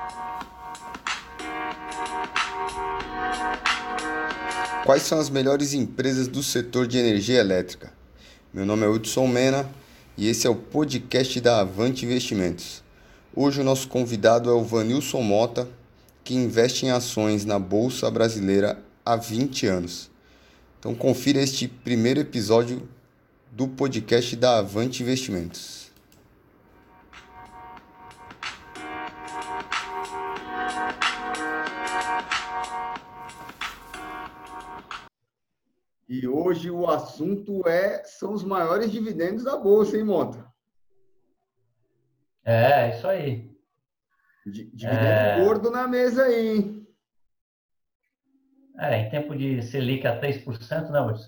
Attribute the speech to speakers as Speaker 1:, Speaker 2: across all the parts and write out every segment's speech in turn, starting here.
Speaker 1: Quais são as melhores empresas do setor de energia elétrica? Meu nome é Hudson Mena e esse é o podcast da Avante Investimentos. Hoje o nosso convidado é o Vanilson Mota, que investe em ações na Bolsa Brasileira há 20 anos. Então confira este primeiro episódio do podcast da Avante Investimentos.
Speaker 2: E hoje o assunto são os maiores dividendos da Bolsa, hein, Mota?
Speaker 3: É isso aí.
Speaker 2: Dividendo gordo na mesa aí, hein?
Speaker 3: Em tempo de Selic a 3%, né, Wilson?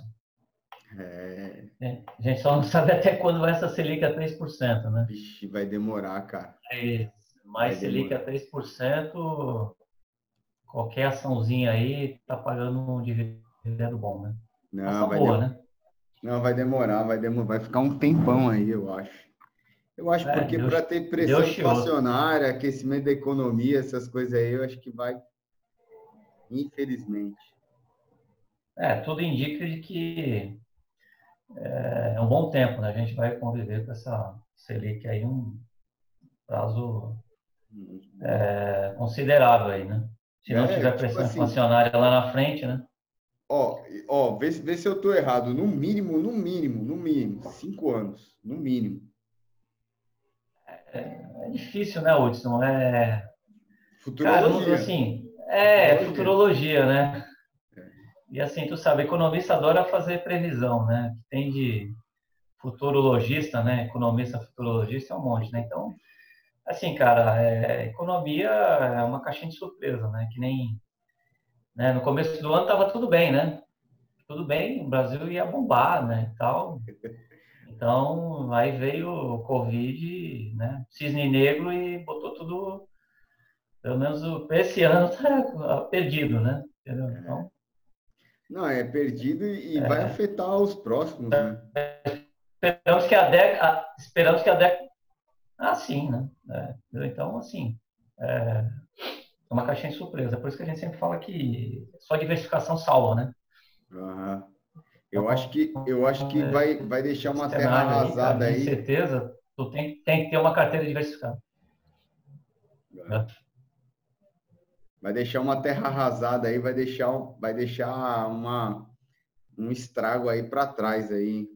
Speaker 3: A gente só não sabe até quando vai essa Selic a 3%, né?
Speaker 2: Vixe, vai demorar, cara.
Speaker 3: Mais Selic a 3%, qualquer açãozinha aí tá pagando um dividendo bom, né?
Speaker 2: Não,
Speaker 3: Boa, né?
Speaker 2: Não, vai demorar, vai ficar um tempão aí, eu acho. Eu acho porque para ter pressão inflacionária, aquecimento da economia, essas coisas aí, eu acho que vai, infelizmente.
Speaker 3: Tudo indica de que é um bom tempo, né? A gente vai conviver com essa Selic aí um prazo considerável aí, né? Se não tiver pressão inflacionária lá na frente, né?
Speaker 2: Vê se eu estou errado. No mínimo, 5 anos, no mínimo.
Speaker 3: É difícil, né, Hudson?
Speaker 2: Futurologia.
Speaker 3: Cara, assim, futurologia, né? E assim, tu sabe, economista adora fazer previsão, né? Tem de futurologista, né? Economista, futurologista é um monte, né? Então, assim, cara, economia é uma caixinha de surpresa, né? Que nem, né? No começo do ano tava tudo bem, né? Tudo bem, o Brasil ia bombar, né? E tal. Então, aí veio o Covid, né? Cisne negro e botou tudo, pelo menos esse ano tá perdido, né? Entendeu? Então,
Speaker 2: não, é perdido e vai afetar os próximos, né?
Speaker 3: Esperamos que a década. Ah, sim, né? Então, assim, é uma caixinha de surpresa. Por isso que a gente sempre fala que só diversificação salva, né?
Speaker 2: Uhum. Eu acho que vai deixar uma terra arrasada aí.
Speaker 3: Com certeza, tu tem que ter uma carteira diversificada.
Speaker 2: Vai deixar uma terra arrasada aí, vai deixar um estrago aí para trás aí.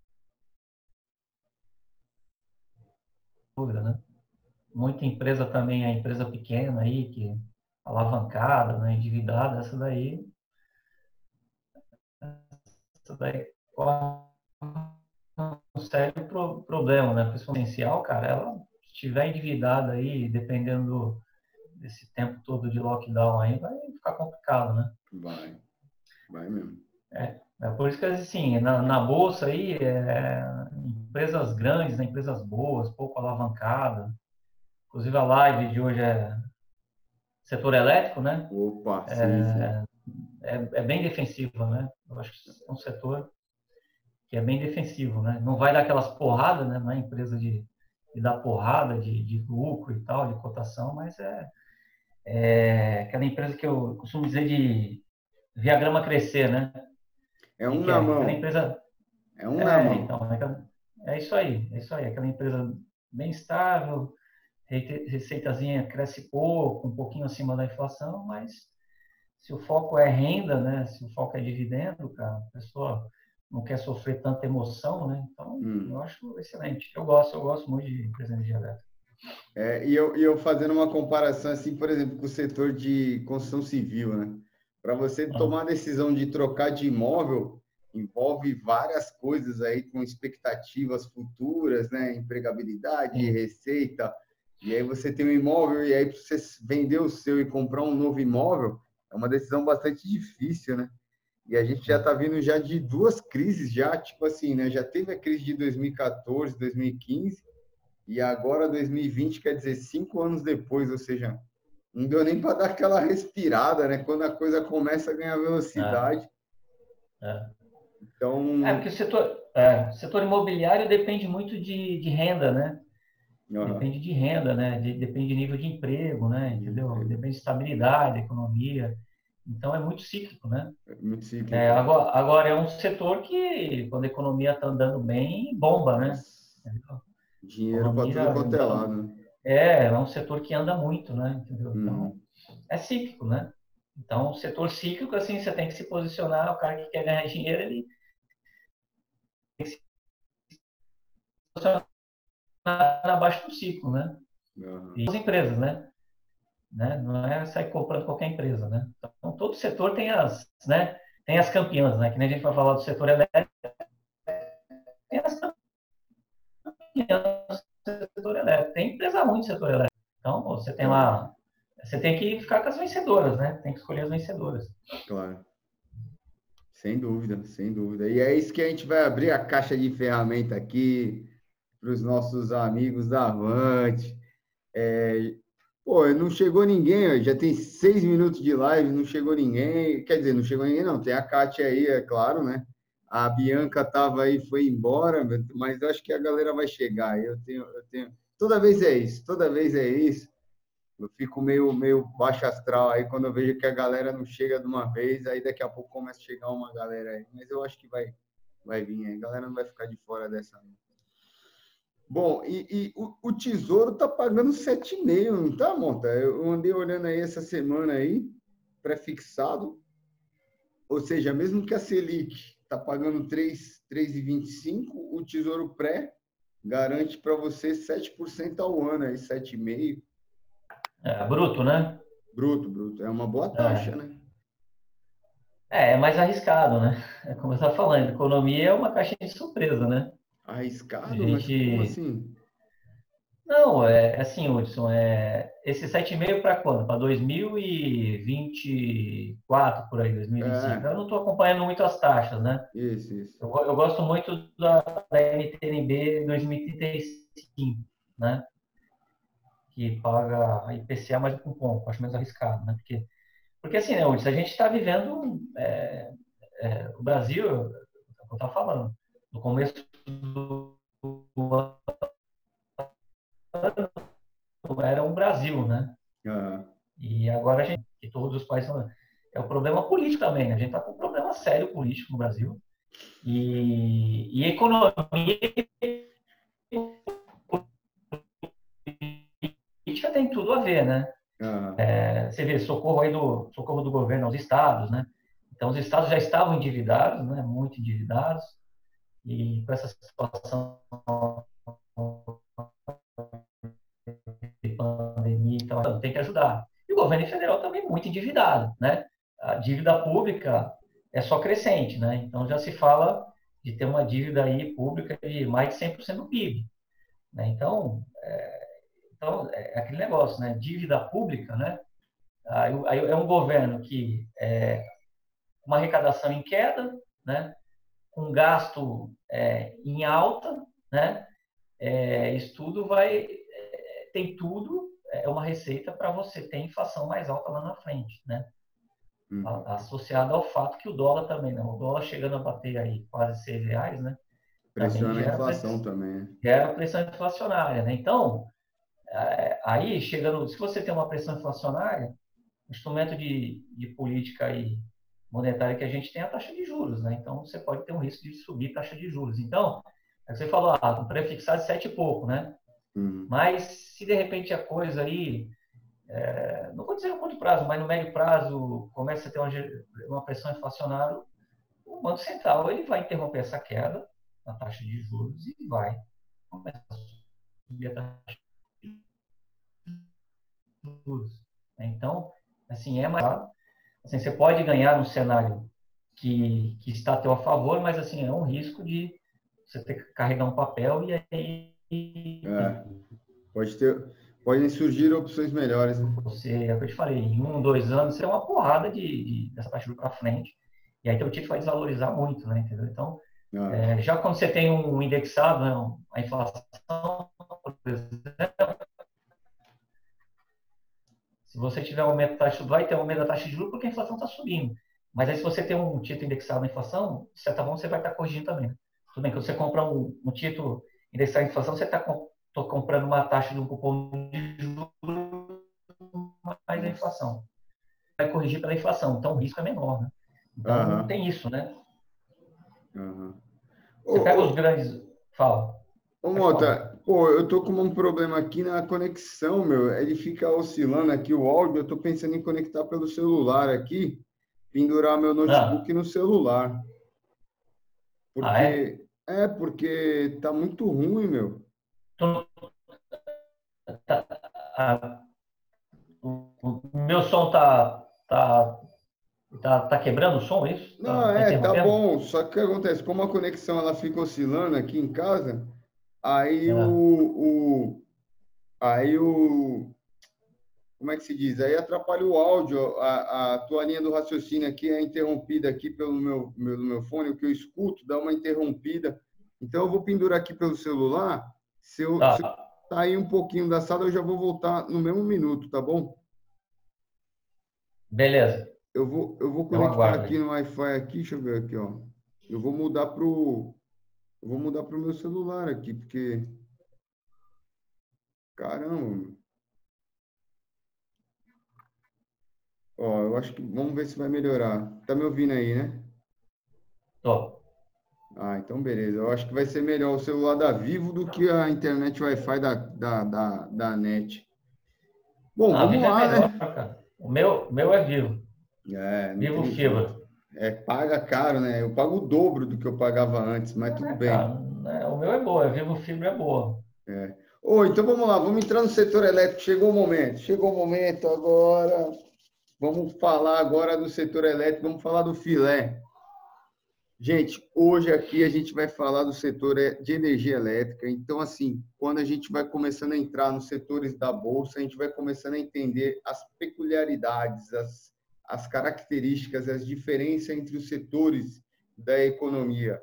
Speaker 3: Dúvida, né? Muita empresa também é empresa pequena aí, que alavancada, né, endividada, essa daí corre um sério problema, né? Potencial, cara, ela se estiver endividada aí, dependendo desse tempo todo de lockdown aí, vai ficar complicado, né?
Speaker 2: Vai mesmo.
Speaker 3: É por isso que, assim, na bolsa aí, empresas grandes, né, empresas boas, pouco alavancadas. Inclusive a live de hoje é setor elétrico, né?
Speaker 2: Opa, sim.
Speaker 3: É bem defensiva, né? Eu acho que é um setor que é bem defensivo, né? Não vai dar aquelas porradas, né? Não é empresa de dar porrada de lucro e tal, de cotação, mas é aquela empresa que eu costumo dizer de ver a grama crescer, né?
Speaker 2: É um na mão.
Speaker 3: Aquela empresa...
Speaker 2: É um na mão.
Speaker 3: Então, é isso aí. Aquela empresa bem estável, receitazinha cresce pouco, um pouquinho acima da inflação, mas se o foco é renda, né? Se o foco é dividendo, cara, a pessoa não quer sofrer tanta emoção, né? Então, eu acho excelente. Eu gosto muito de empresa de energia elétrica.
Speaker 2: E eu fazendo uma comparação, assim, por exemplo, com o setor de construção civil, né? Para você tomar a decisão de trocar de imóvel, envolve várias coisas aí com expectativas futuras, né? Empregabilidade, receita. E aí você tem um imóvel e aí para você vender o seu e comprar um novo imóvel, é uma decisão bastante difícil, né? E a gente já está vindo já de 2 crises já, tipo assim, né? Já teve a crise de 2014, 2015 e agora 2020, quer dizer, 5 anos depois, ou seja, não deu nem para dar aquela respirada, né? Quando a coisa começa a ganhar velocidade.
Speaker 3: Então... porque o setor imobiliário depende muito de renda, né? Depende de renda, né? Depende de nível de emprego, né? Entendeu? Depende de estabilidade da economia. Então, é muito cíclico, né?
Speaker 2: É muito cíclico.
Speaker 3: Agora, é um setor que, quando a economia está andando bem, bomba, né?
Speaker 2: Nossa. Dinheiro para tudo quanto é lado, né?
Speaker 3: É um setor que anda muito, né? Entendeu? Então,
Speaker 2: Uhum.
Speaker 3: é cíclico, né? Então, setor cíclico, assim, você tem que se posicionar. O cara que quer ganhar dinheiro, ele tem que se posicionar abaixo do ciclo, né?
Speaker 2: Uhum.
Speaker 3: E as empresas, né? Não é sair comprando qualquer empresa, né? Então, todo setor né? Tem as campeãs, né? Que nem a gente vai falar do setor elétrico, tem as campeãs do setor elétrico. Tem empresa ruim do setor elétrico. Então, você tem lá, você tem que ficar com as vencedoras, né? Tem que escolher as vencedoras.
Speaker 2: Claro. Sem dúvida, sem dúvida. E é isso que a gente vai abrir a caixa de ferramenta aqui para os nossos amigos da Avante. Pô, não chegou ninguém, ó, já tem 6 minutos de live, não chegou ninguém. Quer dizer, não chegou ninguém, não. Tem a Kátia aí, é claro, né? A Bianca estava aí, foi embora, mas eu acho que a galera vai chegar. Eu tenho. Toda vez é isso, toda vez é isso. Eu fico meio baixo astral aí quando eu vejo que a galera não chega de uma vez, aí daqui a pouco começa a chegar uma galera aí. Mas eu acho que vai vir aí. A galera não vai ficar de fora dessa. Bom, e o Tesouro está pagando 7,5, não está, Monta? Eu andei olhando aí essa semana aí, pré-fixado, ou seja, mesmo que a Selic está pagando 3,25, o Tesouro Pré garante para você 7% ao ano, aí 7,5%.
Speaker 3: Bruto, né?
Speaker 2: Bruto. É uma boa taxa, né?
Speaker 3: É mais arriscado, né? É como eu estava falando, economia é uma caixinha de surpresa, né? A
Speaker 2: Arriscado, mas como
Speaker 3: gente.
Speaker 2: assim?
Speaker 3: Não, assim, Hudson, esse 7,5 para quando? Para 2024, por aí, 2025.
Speaker 2: É,
Speaker 3: Eu não estou acompanhando muito as taxas, né?
Speaker 2: isso.
Speaker 3: Eu gosto muito da NTNB 2035, né? Que paga a IPCA mais um pouco, acho menos arriscado, né? Porque assim, né, Hudson, a gente está vivendo o Brasil, é o que eu estava falando, no começo do ano era um Brasil, né?
Speaker 2: Ah,
Speaker 3: E agora a gente, que todos os países são, é o problema político também, né? A gente está com um problema sério político no Brasil. E economia e política tem tudo a ver, né?
Speaker 2: ah,
Speaker 3: Você vê socorro do governo aos estados, né? Então, os estados já estavam endividados, né? Muito endividados, e com essa situação de pandemia e tal, tem que ajudar. E o governo federal também muito endividado, né? A dívida pública é só crescente, né? Então já se fala de ter uma dívida aí pública de mais de 100% do PIB, né? Então é aquele negócio, né? Dívida pública, né? Aí é um governo que uma arrecadação em queda, né? Com gasto em alta, né? Isso tudo tem tudo, é uma receita para você ter inflação mais alta lá na frente, né?
Speaker 2: uhum.
Speaker 3: Associado ao fato que o dólar também, né? O dólar chegando a bater aí quase R$ 6, né? Também
Speaker 2: Pressiona a inflação também, né?
Speaker 3: gera pressão inflacionária, né? Então, aí chegando, se você tem uma pressão inflacionária, o instrumento de política aí monetária que a gente tem é a taxa de juros, né? Então, você pode ter um risco de subir a taxa de juros. Então, você falou, um prefixado de 7 e pouco, né?
Speaker 2: Uhum.
Speaker 3: Mas se de repente a coisa aí, não vou dizer no curto prazo, mas no médio prazo começa a ter uma pressão inflacionária, o Banco Central ele vai interromper essa queda na taxa de juros e vai começar a subir a taxa de juros. Então, assim, é mais. Assim, você pode ganhar no cenário que está a teu favor, mas assim, é um risco de você ter que carregar um papel e aí
Speaker 2: É, podem surgir opções melhores, né?
Speaker 3: é o que eu te falei, em 1, 2 anos você é uma porrada dessa taxa de juros para frente, e aí teu título vai desvalorizar muito, né? Entendeu? Então,
Speaker 2: Ah,
Speaker 3: já quando você tem um indexado, né, a inflação, por exemplo, se você tiver um aumento da taxa, vai ter um aumento da taxa de juros porque a inflação está subindo. Mas aí se você tem um título indexado na inflação, de certa forma você vai estar corrigindo também. Tudo bem que você compra um título indexado na inflação, você está estou comprando uma taxa de um cupom de juros mais a inflação. Vai corrigir pela inflação, então o risco é menor, né? Então
Speaker 2: Aham,
Speaker 3: tem isso, né?
Speaker 2: aham.
Speaker 3: Você pega os
Speaker 2: Ô,
Speaker 3: grandes. Fala, pode falar.
Speaker 2: Mota, pô, eu tô com um problema aqui na conexão, meu. Ele fica oscilando aqui o áudio. Eu tô pensando em conectar pelo celular aqui, pendurar meu
Speaker 3: Ah,
Speaker 2: notebook no celular.
Speaker 3: é?
Speaker 2: Porque tá muito ruim, meu.
Speaker 3: Tu- tá- ah, o meu som tá quebrando o som, é isso?
Speaker 2: Não,
Speaker 3: Tá
Speaker 2: tá
Speaker 3: interrompendo?
Speaker 2: bom. Só que o que acontece? Como a conexão ela fica oscilando aqui em casa, aí
Speaker 3: Ah,
Speaker 2: aí o, como é que se diz? Aí atrapalha o áudio, a tua linha do raciocínio aqui é interrompida aqui pelo meu fone, o que eu escuto dá uma interrompida. Então eu vou pendurar aqui pelo celular. Se eu
Speaker 3: tá,
Speaker 2: sair um pouquinho da sala, eu já vou voltar no mesmo minuto, tá bom?
Speaker 3: beleza.
Speaker 2: Eu vou
Speaker 3: Eu
Speaker 2: conectar
Speaker 3: aguardo
Speaker 2: aqui
Speaker 3: aí.
Speaker 2: no Wi-Fi aqui, deixa eu ver aqui, ó. Eu vou mudar pro, eu vou mudar pro meu celular aqui, porque, caramba, ó, eu acho que, vamos ver se vai melhorar. Tá me ouvindo aí, né?
Speaker 3: Tô.
Speaker 2: Ah, então beleza. Eu acho que vai ser melhor o celular da Vivo do que a internet Wi-Fi da NET. Bom,
Speaker 3: Ah, a
Speaker 2: vamos
Speaker 3: Vivo é
Speaker 2: lá,
Speaker 3: melhor,
Speaker 2: né?
Speaker 3: cara. O meu é Vivo.
Speaker 2: Não
Speaker 3: Vivo
Speaker 2: tem
Speaker 3: Fibra.
Speaker 2: jeito. Paga caro, né? Eu pago o dobro do que eu pagava antes, mas tudo
Speaker 3: É,
Speaker 2: bem.
Speaker 3: cara, né, o meu é boa, a Vivo Fibra é boa.
Speaker 2: Ô, então vamos lá, vamos entrar no setor elétrico. Chegou o momento. Chegou o momento agora. Vamos falar agora do setor elétrico, vamos falar do filé. Gente, hoje aqui a gente vai falar do setor de energia elétrica. Então, assim, quando a gente vai começando a entrar nos setores da bolsa, a gente vai começando a entender as peculiaridades, as características, as diferenças entre os setores da economia.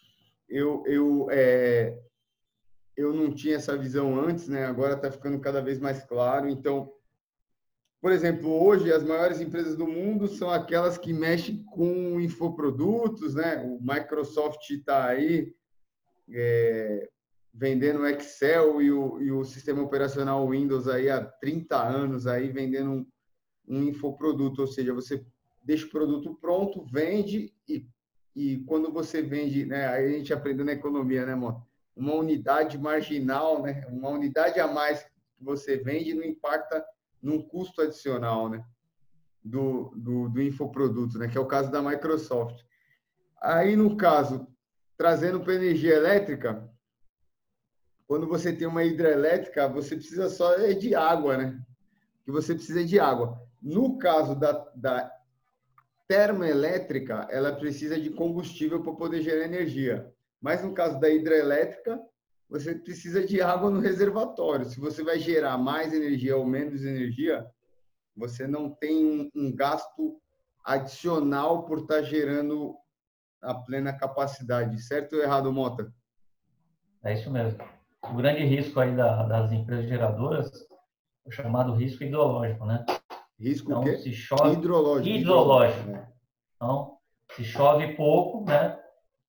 Speaker 2: Eu não tinha essa visão antes, né? Agora está ficando cada vez mais claro. Então, por exemplo, hoje as maiores empresas do mundo são aquelas que mexem com infoprodutos, né? O Microsoft está aí vendendo o Excel e o sistema operacional Windows aí há 30 anos aí vendendo um infoproduto, ou seja, você deixa o produto pronto, vende e quando você vende, né? Aí a gente aprendeu na economia, né, amor? Uma unidade marginal, né? Uma unidade a mais que você vende não impacta num custo adicional, né? Do infoproduto, né? Que é o caso da Microsoft. Aí, no caso, trazendo para energia elétrica, quando você tem uma hidrelétrica, você precisa só de água, né? Que você precisa de água. No caso da termoelétrica, ela precisa de combustível para poder gerar energia. Mas no caso da hidrelétrica, você precisa de água no reservatório. Se você vai gerar mais energia ou menos energia, você não tem um gasto adicional por estar gerando a plena capacidade. Certo ou errado, Mota?
Speaker 3: É isso mesmo. O grande risco aí das empresas geradoras é o chamado risco hidrológico, né?
Speaker 2: Risco o
Speaker 3: Então,
Speaker 2: quê?
Speaker 3: se chove,
Speaker 2: Hidrológico, hidrológico.
Speaker 3: hidrológico. Então, se chove pouco, né?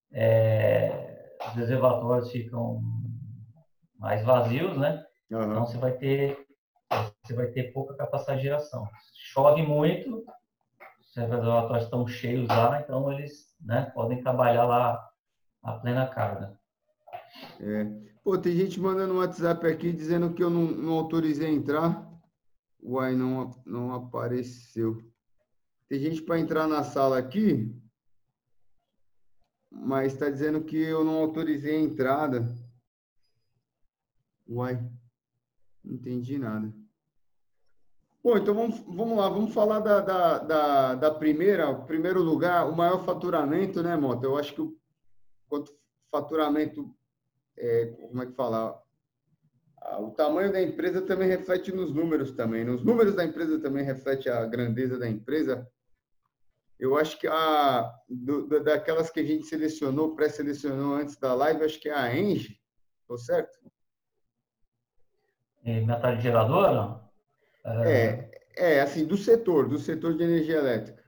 Speaker 3: Os reservatórios ficam mais vazios, né? Então,
Speaker 2: Aham.
Speaker 3: você vai ter pouca capacidade de geração. Se chove muito, os reservatórios estão cheios lá, então eles, né, podem trabalhar lá a plena carga.
Speaker 2: Pô, tem gente mandando um WhatsApp aqui dizendo que eu não autorizei entrar. Uai, não apareceu. Tem gente para entrar na sala aqui, mas está dizendo que eu não autorizei a entrada. Uai, não entendi nada. Bom, então vamos lá, vamos falar da primeira, o primeiro lugar, o maior faturamento, né, Mota? Eu acho que quanto faturamento, como é que fala? O tamanho da empresa também reflete nos números também. Nos números da empresa também reflete a grandeza da empresa. Eu acho que daquelas que a gente selecionou, pré-selecionou antes da live, acho que é a Engie, estou certo?
Speaker 3: E metade de geradora?
Speaker 2: Assim, do setor de energia elétrica.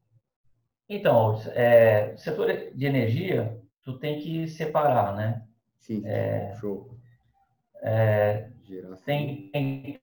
Speaker 3: Então, setor de energia, tu tem que separar, né?
Speaker 2: Sim, show. Geração.
Speaker 3: Tem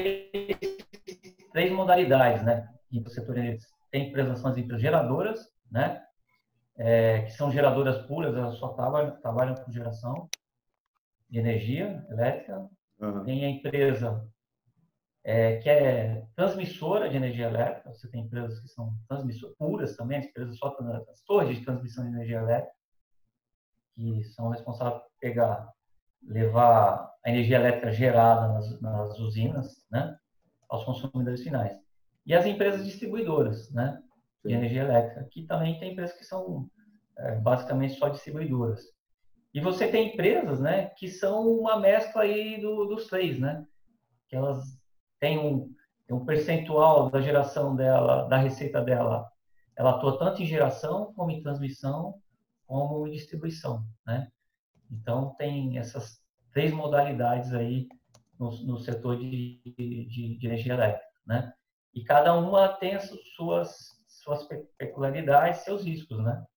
Speaker 3: três modalidades, né? No setor energético. Tem empresas, são as empresas geradoras, né? Que são geradoras puras, elas só trabalham com geração de energia elétrica. Tem a empresa que é transmissora de energia elétrica. Você tem empresas que são transmissoras puras também, as empresas só as torres de transmissão de energia elétrica, que são responsáveis por levar a energia elétrica gerada nas usinas, né, aos consumidores finais. E as empresas distribuidoras, né, de energia elétrica, que também tem empresas que são basicamente só distribuidoras. E você tem empresas, né, que são uma mescla aí dos três, né, que elas têm um percentual da geração dela, da receita dela, ela atua tanto em geração, como em transmissão, como em distribuição, né? Então, tem essas três modalidades aí no setor de energia elétrica, né? E cada uma tem as suas peculiaridades, seus riscos, né?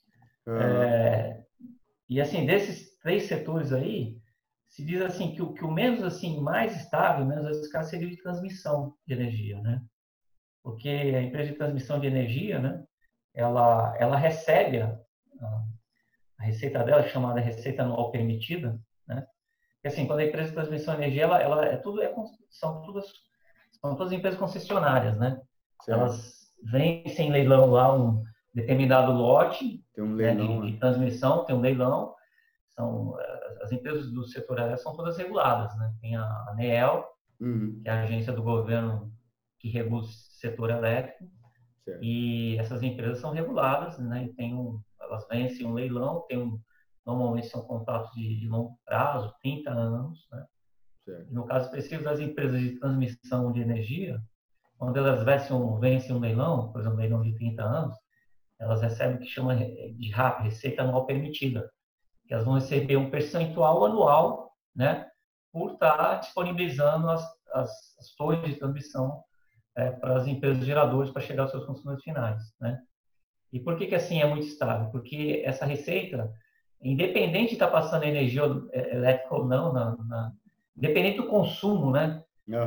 Speaker 3: E, assim, desses três setores aí, se diz assim que o menos, assim, mais estável, menos escasso, seria de transmissão de energia, né? Porque a empresa de transmissão de energia, né? Ela recebe a receita dela, chamada receita anual permitida, né? Porque, assim, quando a empresa de transmissão de energia, são todas empresas concessionárias, né? Certo. Elas vencem em leilão lá um determinado lote,
Speaker 2: tem um leilão,
Speaker 3: de transmissão, tem um leilão. As empresas do setor elétrico são todas reguladas, né? Tem a ANEEL, que é a agência do governo que regula o setor elétrico. Certo. E essas empresas são reguladas, né? E elas vencem um leilão, normalmente são contratos de longo prazo, 30 anos, né? Certo. E no caso específico das empresas de transmissão de energia, quando elas vencem um leilão, por exemplo, um leilão de 30 anos, elas recebem o que chama de RAP, Receita Anual Permitida, que elas vão receber um percentual anual, né, por estar disponibilizando as torres de transmissão para as empresas geradoras para chegar aos seus consumidores finais, né? E por que assim é muito estável? Porque essa receita, independente de estar passando energia elétrica ou não, independente do consumo, né?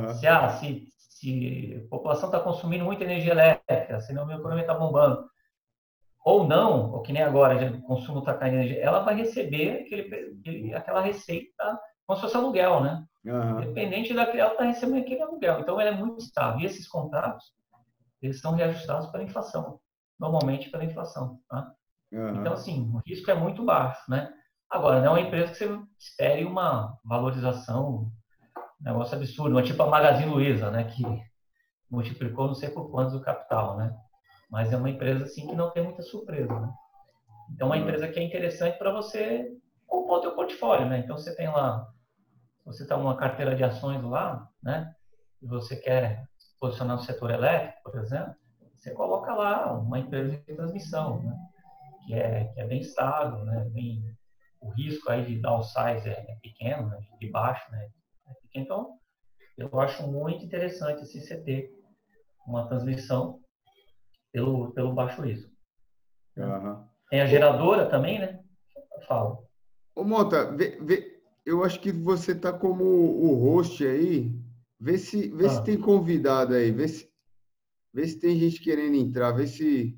Speaker 3: Se a população está consumindo muita energia elétrica, se a minha economia está bombando, ou não, ou que nem agora, o consumo está caindo energia, ela vai receber aquela receita como se fosse aluguel, né? Independente da que ela está recebendo aquele aluguel. Então, ela é muito estável. E esses contratos, eles são reajustados pela inflação, normalmente pela inflação, tá? Então, assim, o risco é muito baixo, né? Agora, não é uma empresa que você espere uma valorização, um negócio absurdo, tipo a Magazine Luiza, né? Que multiplicou não sei por quantos o capital, né? Mas é uma empresa, assim, que não tem muita surpresa, né? Então, é uma empresa que é interessante para você compor o teu portfólio, né? Então, você tem lá, você está numa carteira de ações lá, né? E você quer se posicionar no setor elétrico, por exemplo, você coloca lá uma empresa de transmissão, né? Que é bem estável, né? O risco aí de downsize é pequeno, né? De baixo, né? Então, eu acho muito interessante assim, você ter uma transmissão pelo baixo risco. Tem a geradora também, né? Fala.
Speaker 2: Ô, Mota, eu acho que você tá como o host aí. Vê se tem convidado aí. Vê se tem gente querendo entrar. Vê se...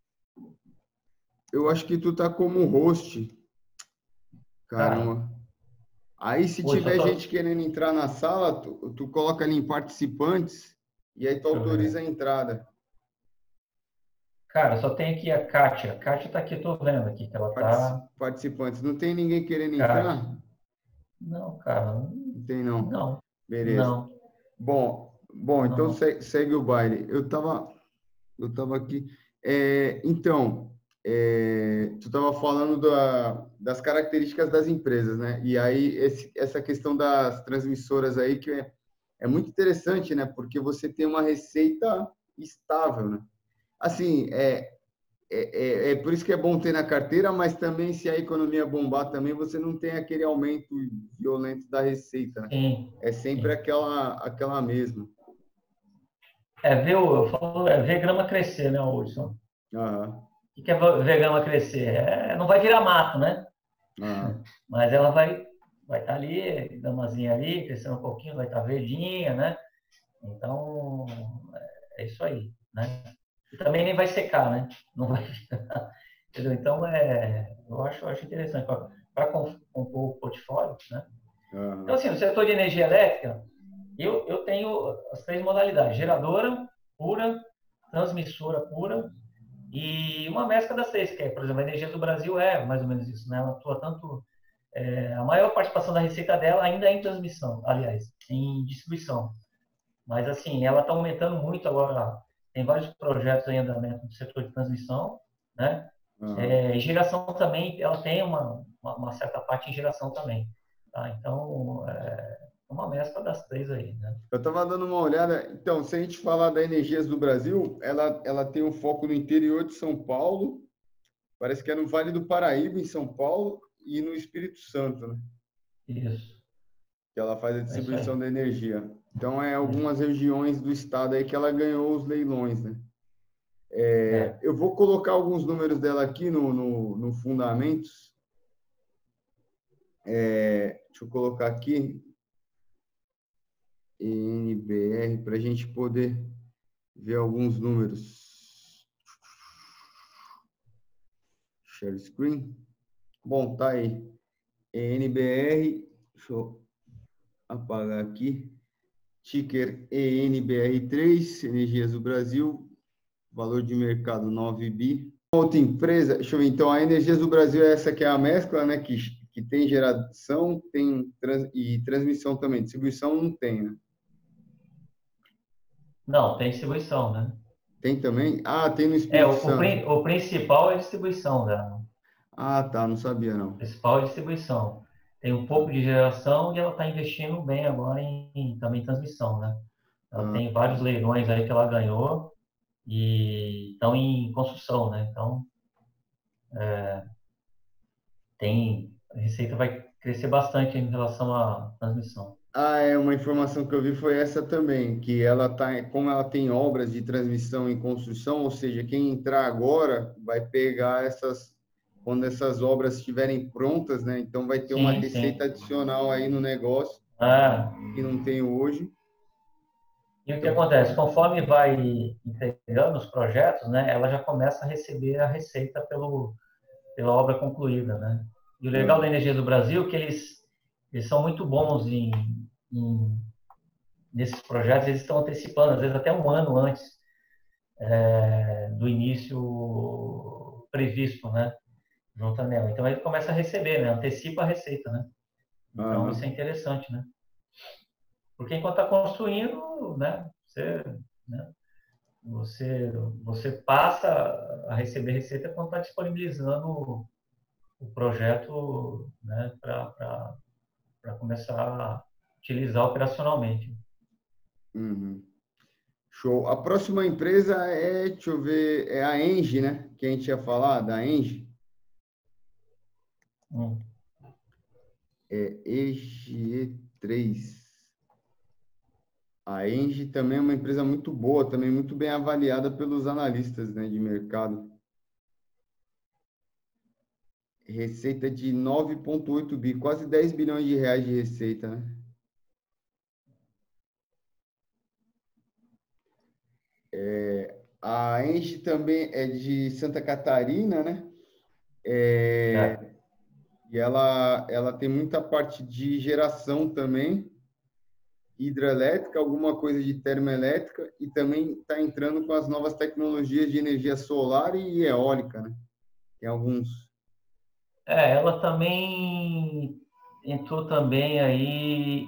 Speaker 2: Eu acho que tu tá como host. Caramba. Aí, se tiver gente querendo entrar na sala, tu coloca ali em participantes e aí tu autoriza a entrada.
Speaker 3: Cara, só tem aqui a Kátia. A Kátia tá aqui, tô vendo aqui que ela tá...
Speaker 2: Participantes. Não tem ninguém querendo entrar?
Speaker 3: Não, cara.
Speaker 2: Não tem, não?
Speaker 3: Não.
Speaker 2: Beleza.
Speaker 3: Não.
Speaker 2: Bom, então segue o baile. Eu tava aqui. Então, tu estava falando das características das empresas, né? E aí, essa questão das transmissoras aí, que é muito interessante, né? Porque você tem uma receita estável, né? Assim, por isso que é bom ter na carteira, mas também, se a economia bombar também, você não tem aquele aumento violento da receita, né?
Speaker 3: Sim.
Speaker 2: É sempre aquela mesma.
Speaker 3: Eu falo, ver grama crescer, né, Hudson? O que é ver grama crescer? Não vai virar mato, né?
Speaker 2: Ah,
Speaker 3: Mas ela vai estar ali, damazinha ali, crescendo um pouquinho, vai estar verdinha, né? Então, é isso aí, né? E também nem vai secar, né? Não vai, entendeu? Então, eu acho interessante para compor o portfólio, né? Então,
Speaker 2: ah,
Speaker 3: assim, no setor de energia elétrica, eu tenho as três modalidades: geradora pura, transmissora pura e uma mescla das três, que é, por exemplo, a Energia do Brasil é mais ou menos isso, né? Ela atua tanto, a maior participação da receita dela ainda é em transmissão, aliás, em distribuição. Mas, assim, ela está aumentando muito agora. Tem vários projetos em andamento no setor de transmissão, né?
Speaker 2: ah.
Speaker 3: E geração também, ela tem uma certa parte em geração também. Tá? Então, uma mescla das três aí, né?
Speaker 2: Eu estava dando uma olhada. Então, se a gente falar da Energias do Brasil, ela tem um foco no interior de São Paulo, parece que é no Vale do Paraíba, em São Paulo, e no Espírito Santo, né?
Speaker 3: Isso,
Speaker 2: Que ela faz a
Speaker 3: é isso
Speaker 2: distribuição
Speaker 3: aí.
Speaker 2: da energia. Então, é
Speaker 3: Isso.
Speaker 2: algumas regiões do estado aí que ela ganhou os leilões, né?
Speaker 3: É.
Speaker 2: Eu vou colocar alguns números dela aqui no Fundamentos. Deixa eu colocar aqui, NBR, para a gente poder ver alguns números. Share screen. Bom, tá aí. ENBR, deixa eu apagar aqui. Ticker ENBR3, Energias do Brasil, valor de mercado 9 bi. Outra empresa, deixa eu ver, então a Energias do Brasil é essa que é a mescla, né? Que tem geração, tem e transmissão também. Distribuição não tem, né?
Speaker 3: Não, tem distribuição, né?
Speaker 2: Tem também? Ah, tem no
Speaker 3: É,
Speaker 2: Espírito Santo.
Speaker 3: o principal é a distribuição dela.
Speaker 2: Ah, tá, não sabia
Speaker 3: O
Speaker 2: não.
Speaker 3: principal é a distribuição. Tem um pouco de geração e ela está investindo bem agora também em transmissão, né? Ela
Speaker 2: Ah,
Speaker 3: tem vários leilões aí que ela ganhou e estão em construção, né? Então, a receita vai crescer bastante em relação à transmissão.
Speaker 2: uma informação que eu vi foi essa também, que ela tá, como ela tem obras de transmissão em construção, ou seja, quem entrar agora vai pegar essas, quando essas obras estiverem prontas, né? Então vai ter uma
Speaker 3: Sim,
Speaker 2: receita
Speaker 3: sim.
Speaker 2: adicional aí no negócio
Speaker 3: Ah,
Speaker 2: que não tem hoje.
Speaker 3: e o que
Speaker 2: Então,
Speaker 3: acontece? Conforme vai entregando os projetos, né, ela já começa a receber a receita pela obra concluída, né? E o legal da
Speaker 2: ah,
Speaker 3: Energia do Brasil é que eles são muito bons nesses projetos, eles estão antecipando, às vezes até um ano antes do início previsto, né? Junto à ANEEL. Então ele começa a receber, né? Antecipa a receita, né? Então isso é
Speaker 2: aham.
Speaker 3: interessante, né? Porque enquanto está construindo, né? Né? Você, você passa a receber receita quando está disponibilizando o projeto, né? Para começar a utilizar operacionalmente.
Speaker 2: Uhum. Show. A próxima empresa deixa eu ver, é a Engie, né? Que a gente ia falar, da Engie.
Speaker 3: Hum.
Speaker 2: É EGE3. A Engie também é uma empresa muito boa, também muito bem avaliada pelos analistas, né, de mercado. Receita de 9,8 bi, quase 10 bilhões de reais de receita, né? A Engie também é de Santa Catarina, né?
Speaker 3: É.
Speaker 2: E ela tem muita parte de geração também, hidrelétrica, alguma coisa de termoelétrica, e também está entrando com as novas tecnologias de energia solar e eólica, né? Tem alguns.
Speaker 3: Ela também entrou também aí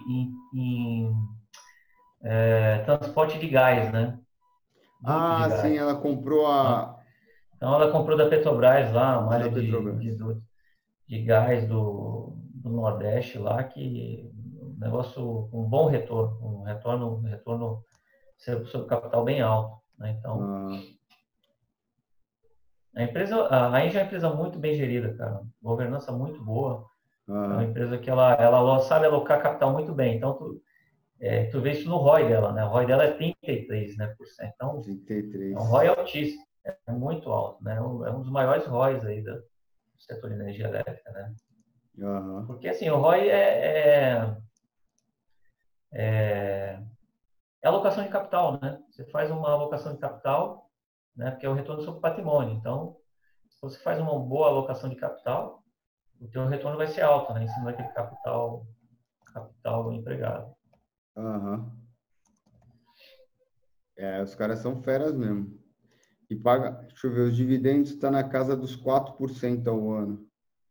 Speaker 3: em transporte de gás, né? Duto de
Speaker 2: Ah, sim,
Speaker 3: gás.
Speaker 2: ela comprou
Speaker 3: Então,
Speaker 2: a
Speaker 3: então ela comprou da Petrobras lá, a
Speaker 2: da
Speaker 3: malha
Speaker 2: Petrobras.
Speaker 3: de gás do Nordeste lá, que um negócio com um bom retorno, um retorno sobre o capital bem alto, né? Então,
Speaker 2: Ah,
Speaker 3: a Engie é uma empresa muito bem gerida, cara. Governança muito boa. É uma
Speaker 2: ah,
Speaker 3: empresa que ela sabe alocar capital muito bem. Então, tu vê isso no ROI dela, né? O ROI dela é 33, né, por cento. Então, é um
Speaker 2: 33.
Speaker 3: ROI altíssimo, é muito alto, né? É um dos maiores ROIs aí do setor de energia elétrica, né?
Speaker 2: Aham.
Speaker 3: Porque, assim, o ROI é alocação de capital, né? Você faz uma alocação de capital, né? Porque é o retorno sobre o patrimônio. Então, se você faz uma boa alocação de capital, o teu retorno vai ser alto, né? Em cima daquele capital empregado.
Speaker 2: Aham. Os caras são feras mesmo. E paga, deixa eu ver, os dividendos está na casa dos 4% ao ano.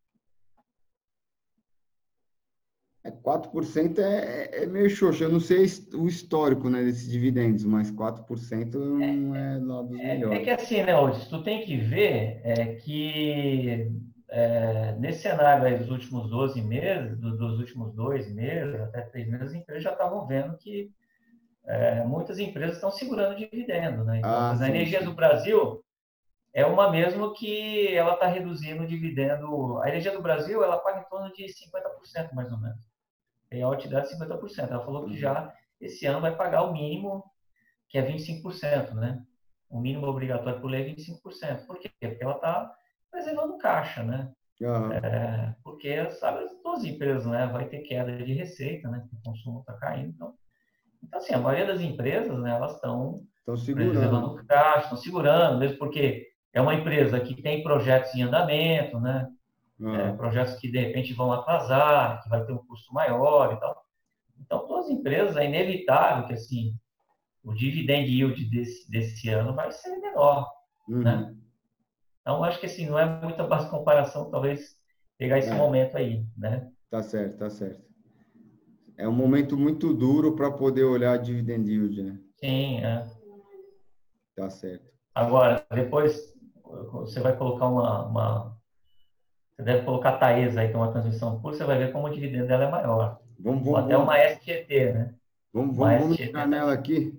Speaker 2: 4% é meio xoxo. Eu não sei o histórico, né, desses dividendos, mas 4% não é lá dos
Speaker 3: É que
Speaker 2: melhores.
Speaker 3: assim, né, Odis, tu tem que ver que nesse cenário aí dos últimos 12 meses, dos últimos 2 meses, até 3 meses, as empresas já estavam vendo que muitas empresas estão segurando dividendo, né? Então, por
Speaker 2: Ah,
Speaker 3: exemplo, a
Speaker 2: sim,
Speaker 3: Energias do
Speaker 2: sim.
Speaker 3: Brasil é uma mesmo que ela está reduzindo o dividendo. A Energia do Brasil, ela paga em torno de 50% mais ou menos. Payout dela é 50%. Ela falou que
Speaker 2: Uhum.
Speaker 3: já esse ano vai pagar o mínimo, que é 25%, né? O mínimo obrigatório por lei é 25%. Por quê? Porque ela está preservando caixa, né?
Speaker 2: Aham.
Speaker 3: Porque, sabe, todas as empresas, né? Vai ter queda de receita, né? O consumo está caindo. Então, assim, a maioria das empresas, né? Elas estão
Speaker 2: Estão
Speaker 3: preservando
Speaker 2: segurando.
Speaker 3: caixa, estão segurando, mesmo porque é uma empresa que tem projetos em andamento, né?
Speaker 2: Aham.
Speaker 3: Projetos que, de repente, vão atrasar, que vai ter um custo maior e tal. Então, todas as empresas, é inevitável que, assim, o dividend yield desse ano vai ser menor, né?
Speaker 2: Uhum.
Speaker 3: Então, acho que assim, não é muita base de comparação, talvez pegar esse
Speaker 2: É,
Speaker 3: momento aí, né?
Speaker 2: tá certo, tá certo. É um momento muito duro para poder olhar dividend yield, né?
Speaker 3: Sim,
Speaker 2: Tá certo.
Speaker 3: agora, depois você vai colocar você deve colocar a Taesa aí, que é uma transmissão pura, você vai ver como o dividendo dela é maior.
Speaker 2: Vamos,
Speaker 3: Ou
Speaker 2: vamos,
Speaker 3: até uma
Speaker 2: vamos,
Speaker 3: SGT, né?
Speaker 2: vamos,
Speaker 3: Uma
Speaker 2: vamos, vamos
Speaker 3: SGT
Speaker 2: entrar nela
Speaker 3: também.
Speaker 2: aqui.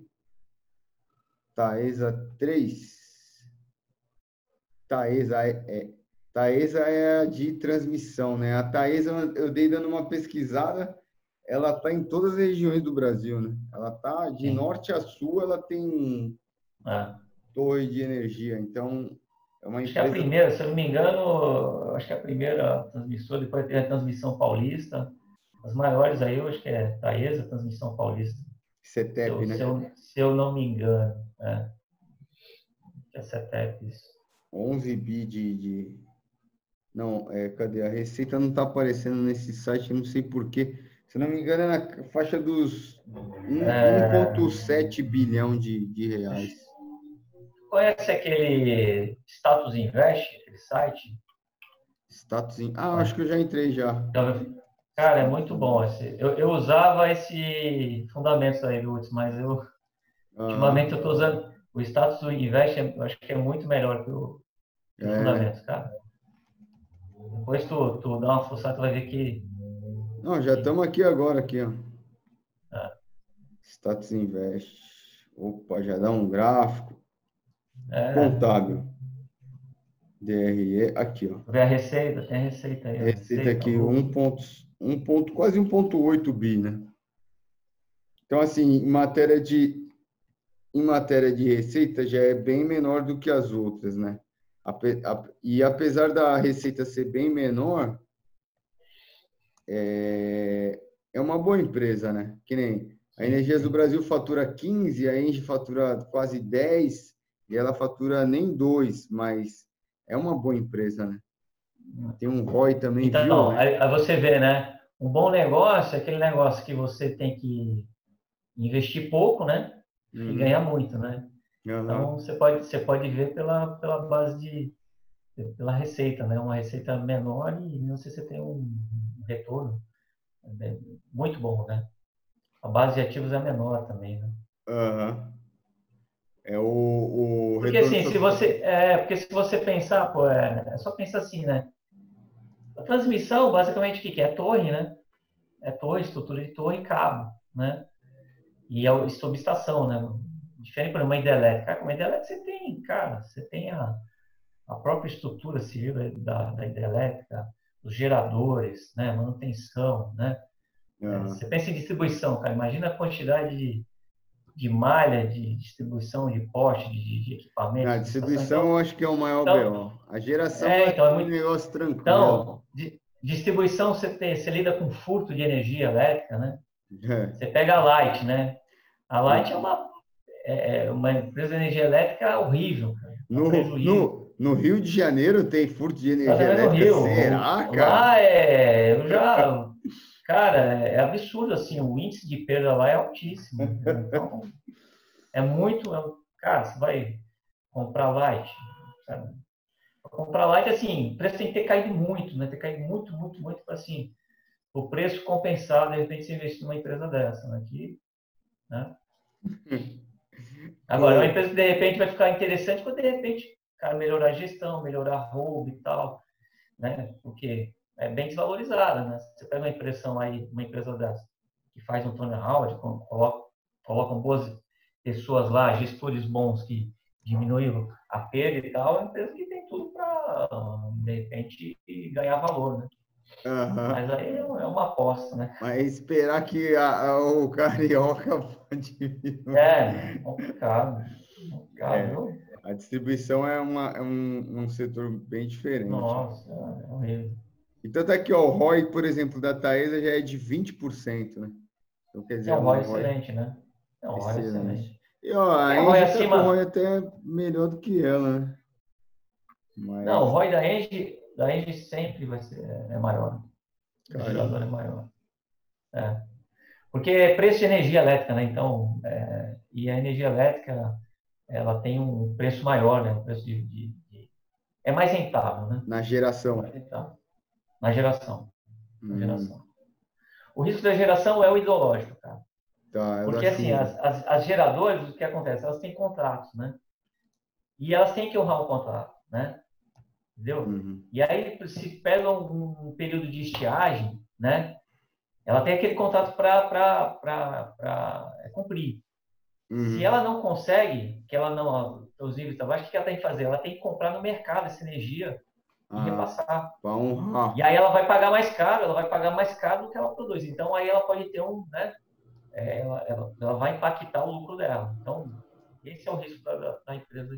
Speaker 2: Taesa 3. Taesa é a de transmissão, né? A Taesa, eu dei dando uma pesquisada, ela está em todas as regiões do Brasil, né? Ela tá de
Speaker 3: Sim.
Speaker 2: norte a sul, ela tem
Speaker 3: É.
Speaker 2: torre de energia. Então, é uma
Speaker 3: Acho que é a
Speaker 2: empresa
Speaker 3: primeira, se eu não me engano, acho que é a primeira transmissora, depois tem a transmissão paulista. As maiores aí, eu acho que é Taesa, transmissão paulista. Se
Speaker 2: CETEP,
Speaker 3: eu, se
Speaker 2: né?
Speaker 3: eu, se eu não me engano, que é CETEP, isso.
Speaker 2: 11 bi Não, cadê? A receita não está aparecendo nesse site, eu não sei por quê. Se eu não me engano, é na faixa dos 1,7 bilhão de reais.
Speaker 3: Conhece aquele Status Invest, aquele site?
Speaker 2: Status em... Ah, acho que eu já entrei já.
Speaker 3: Cara, é
Speaker 2: Status
Speaker 3: muito bom.
Speaker 2: Invest.
Speaker 3: Eu usava esse fundamentos aí do Woods, mas ultimamente
Speaker 2: Aham.
Speaker 3: eu estou usando o Status Invest, eu acho que é muito melhor que o
Speaker 2: É, né?
Speaker 3: fundamentos, cara. Depois tu dá uma forçada, tu vai ver
Speaker 2: Não, já
Speaker 3: que
Speaker 2: estamos aqui agora, aqui, ó.
Speaker 3: ah,
Speaker 2: Status Invest. Opa, já dá um gráfico.
Speaker 3: é,
Speaker 2: Contábil. DRE, aqui, ó.
Speaker 3: ver a receita, tem a receita aí, ó,
Speaker 2: Receita
Speaker 3: receita,
Speaker 2: aqui,
Speaker 3: lucro.
Speaker 2: quase 1,8 bi, né? Então, assim, em matéria de receita já é bem menor do que as outras, né? E apesar da receita ser bem menor, é uma boa empresa, né? Que nem a
Speaker 3: Sim,
Speaker 2: Energias do
Speaker 3: sim.
Speaker 2: Brasil fatura 15, a Engie fatura quase 10 e ela fatura nem 2, mas é uma boa empresa, né? Tem um ROI também
Speaker 3: Então,
Speaker 2: violento.
Speaker 3: aí você vê, né? Um bom negócio é aquele negócio que você tem que investir pouco, né? E ganhar
Speaker 2: Uhum.
Speaker 3: muito, né? Então,
Speaker 2: Aham.
Speaker 3: você pode ver pela base pela receita, né? Uma receita menor e não sei se você tem um retorno muito bom, né? A base de ativos é menor também, né?
Speaker 2: Aham. É o
Speaker 3: Porque
Speaker 2: retorno
Speaker 3: assim,
Speaker 2: sobre.
Speaker 3: porque se você pensar, pô, é só pensar assim, né? A transmissão, basicamente, o que que é? É torre, né? É torre, estrutura de torre e cabo, né? E é subestação, né? Diferente para uma hidrelétrica. Cara, uma hidrelétrica você tem, cara, você tem a própria estrutura civil da hidrelétrica, os geradores, né? Manutenção, né? Você
Speaker 2: Aham.
Speaker 3: pensa em distribuição, cara. Imagina a quantidade de malha de distribuição de poste, de
Speaker 2: Na
Speaker 3: equipamentos, subestação.
Speaker 2: distribuição, eu acho que é o maior
Speaker 3: Então,
Speaker 2: BO. A geração é
Speaker 3: então é
Speaker 2: aquele
Speaker 3: muito.
Speaker 2: negócio tranquilo.
Speaker 3: Então, distribuição, você lida com furto de energia elétrica, né?
Speaker 2: É.
Speaker 3: Você pega a Light, né? A Light é uma empresa de energia elétrica horrível, cara.
Speaker 2: No Rio de Janeiro tem furto de
Speaker 3: Lá
Speaker 2: energia
Speaker 3: também no
Speaker 2: elétrica?
Speaker 3: Rio.
Speaker 2: Será, cara?
Speaker 3: Lá cara, é absurdo, assim, o índice de perda lá é altíssimo. Então, cara, você vai comprar Light, sabe? Comprar Light, assim, o preço tem que ter caído muito, né? Ter caído muito, muito, muito, para assim, o preço compensar, de repente, você investir numa empresa dessa, né? Né? Agora, é uma empresa que, de repente, vai ficar interessante quando, de repente, cara, melhorar a gestão, melhorar a roubo e tal, né? Porque é bem desvalorizada, né? Você pega uma impressão aí, uma empresa dessa, que faz um turnaround, colocam boas pessoas lá, gestores bons que diminuem a perda e tal, é uma empresa que tem tudo para, de repente, ganhar valor, né? Mas aí é uma aposta, né?
Speaker 2: Mas esperar que o carioca pode vir.
Speaker 3: Complicado.
Speaker 2: A distribuição é um setor bem diferente.
Speaker 3: Nossa, é horrível.
Speaker 2: E tanto é que ó, o ROI, por exemplo, da Taesa já é de 20%, né? Então, quer dizer,
Speaker 3: É um ROI excelente, né? É um ROI excelente.
Speaker 2: E ó, a
Speaker 3: ROI
Speaker 2: Engie está com o ROI
Speaker 3: acima...
Speaker 2: até melhor do que ela, né?
Speaker 3: Não, o
Speaker 2: Mas,
Speaker 3: ROI da Engie sempre vai ser maior. O gerador é maior. Porque é preço de energia elétrica, né? Então, e a energia elétrica, ela tem um preço maior, né? Um preço é mais rentável, né?
Speaker 2: na
Speaker 3: É
Speaker 2: geração.
Speaker 3: mais rentável. Na geração. Na geração. O risco da geração é o ideológico, cara.
Speaker 2: Tá,
Speaker 3: Porque, assim, as geradoras, o que acontece? Elas têm contratos, né? E elas têm que honrar o contrato, né? Entendeu? E aí, se pega um período de estiagem, né? Ela tem aquele contrato para cumprir. Se ela não consegue, que ela não, os níveis estão baixos, o que ela tem que fazer? Ela tem que comprar no mercado essa energia e repassar.
Speaker 2: Para honrar.
Speaker 3: E aí ela vai pagar mais caro do que ela produz. Então aí ela pode ter ela vai impactar o lucro dela. Então esse é o risco da empresa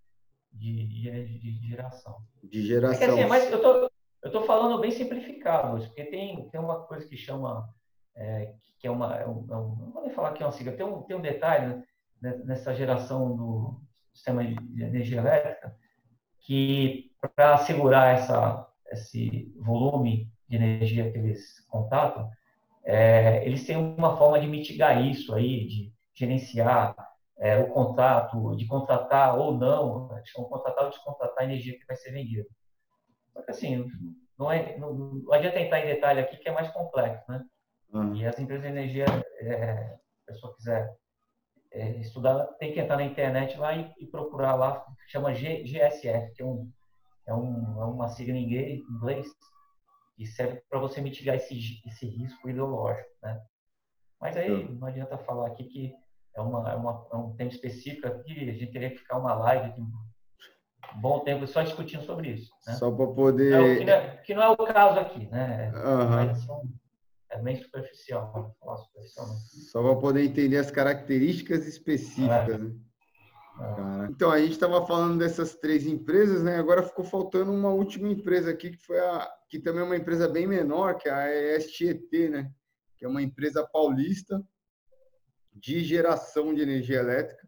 Speaker 3: de geração.
Speaker 2: De
Speaker 3: É que assim,
Speaker 2: geração.
Speaker 3: mas eu tô falando bem simplificado, porque tem uma coisa que chama que é não vou nem falar que é uma sigla, tem um detalhe, né, nessa geração do sistema de energia elétrica, que para assegurar esse volume de energia que eles contratam, eles têm uma forma de mitigar isso aí, de gerenciar o contrato, de contratar ou não, né, contratar ou descontratar a energia que vai ser vendida. Só que assim, não adianta entrar em detalhe aqui, que é mais complexo, né? E as empresas de energia, se a pessoa quiser estudar, tem que entrar na internet lá e procurar lá, que chama GSF, que é uma sigla em inglês que serve para você mitigar esse risco ideológico, né? Mas aí não adianta falar aqui que é um tema específico aqui, a gente teria que ficar uma live aqui, um bom tempo só discutindo sobre isso, né?
Speaker 2: Só para poder...
Speaker 3: Que não é o caso aqui, né?
Speaker 2: Uhum.
Speaker 3: É bem superficial, falar superficialmente.
Speaker 2: Só para poder entender as características específicas, né? Então, a gente estava falando dessas 3 empresas, né? Agora ficou faltando uma última empresa aqui, que também é uma empresa bem menor, que é a ESTET, né? Que é uma empresa paulista de geração de energia elétrica.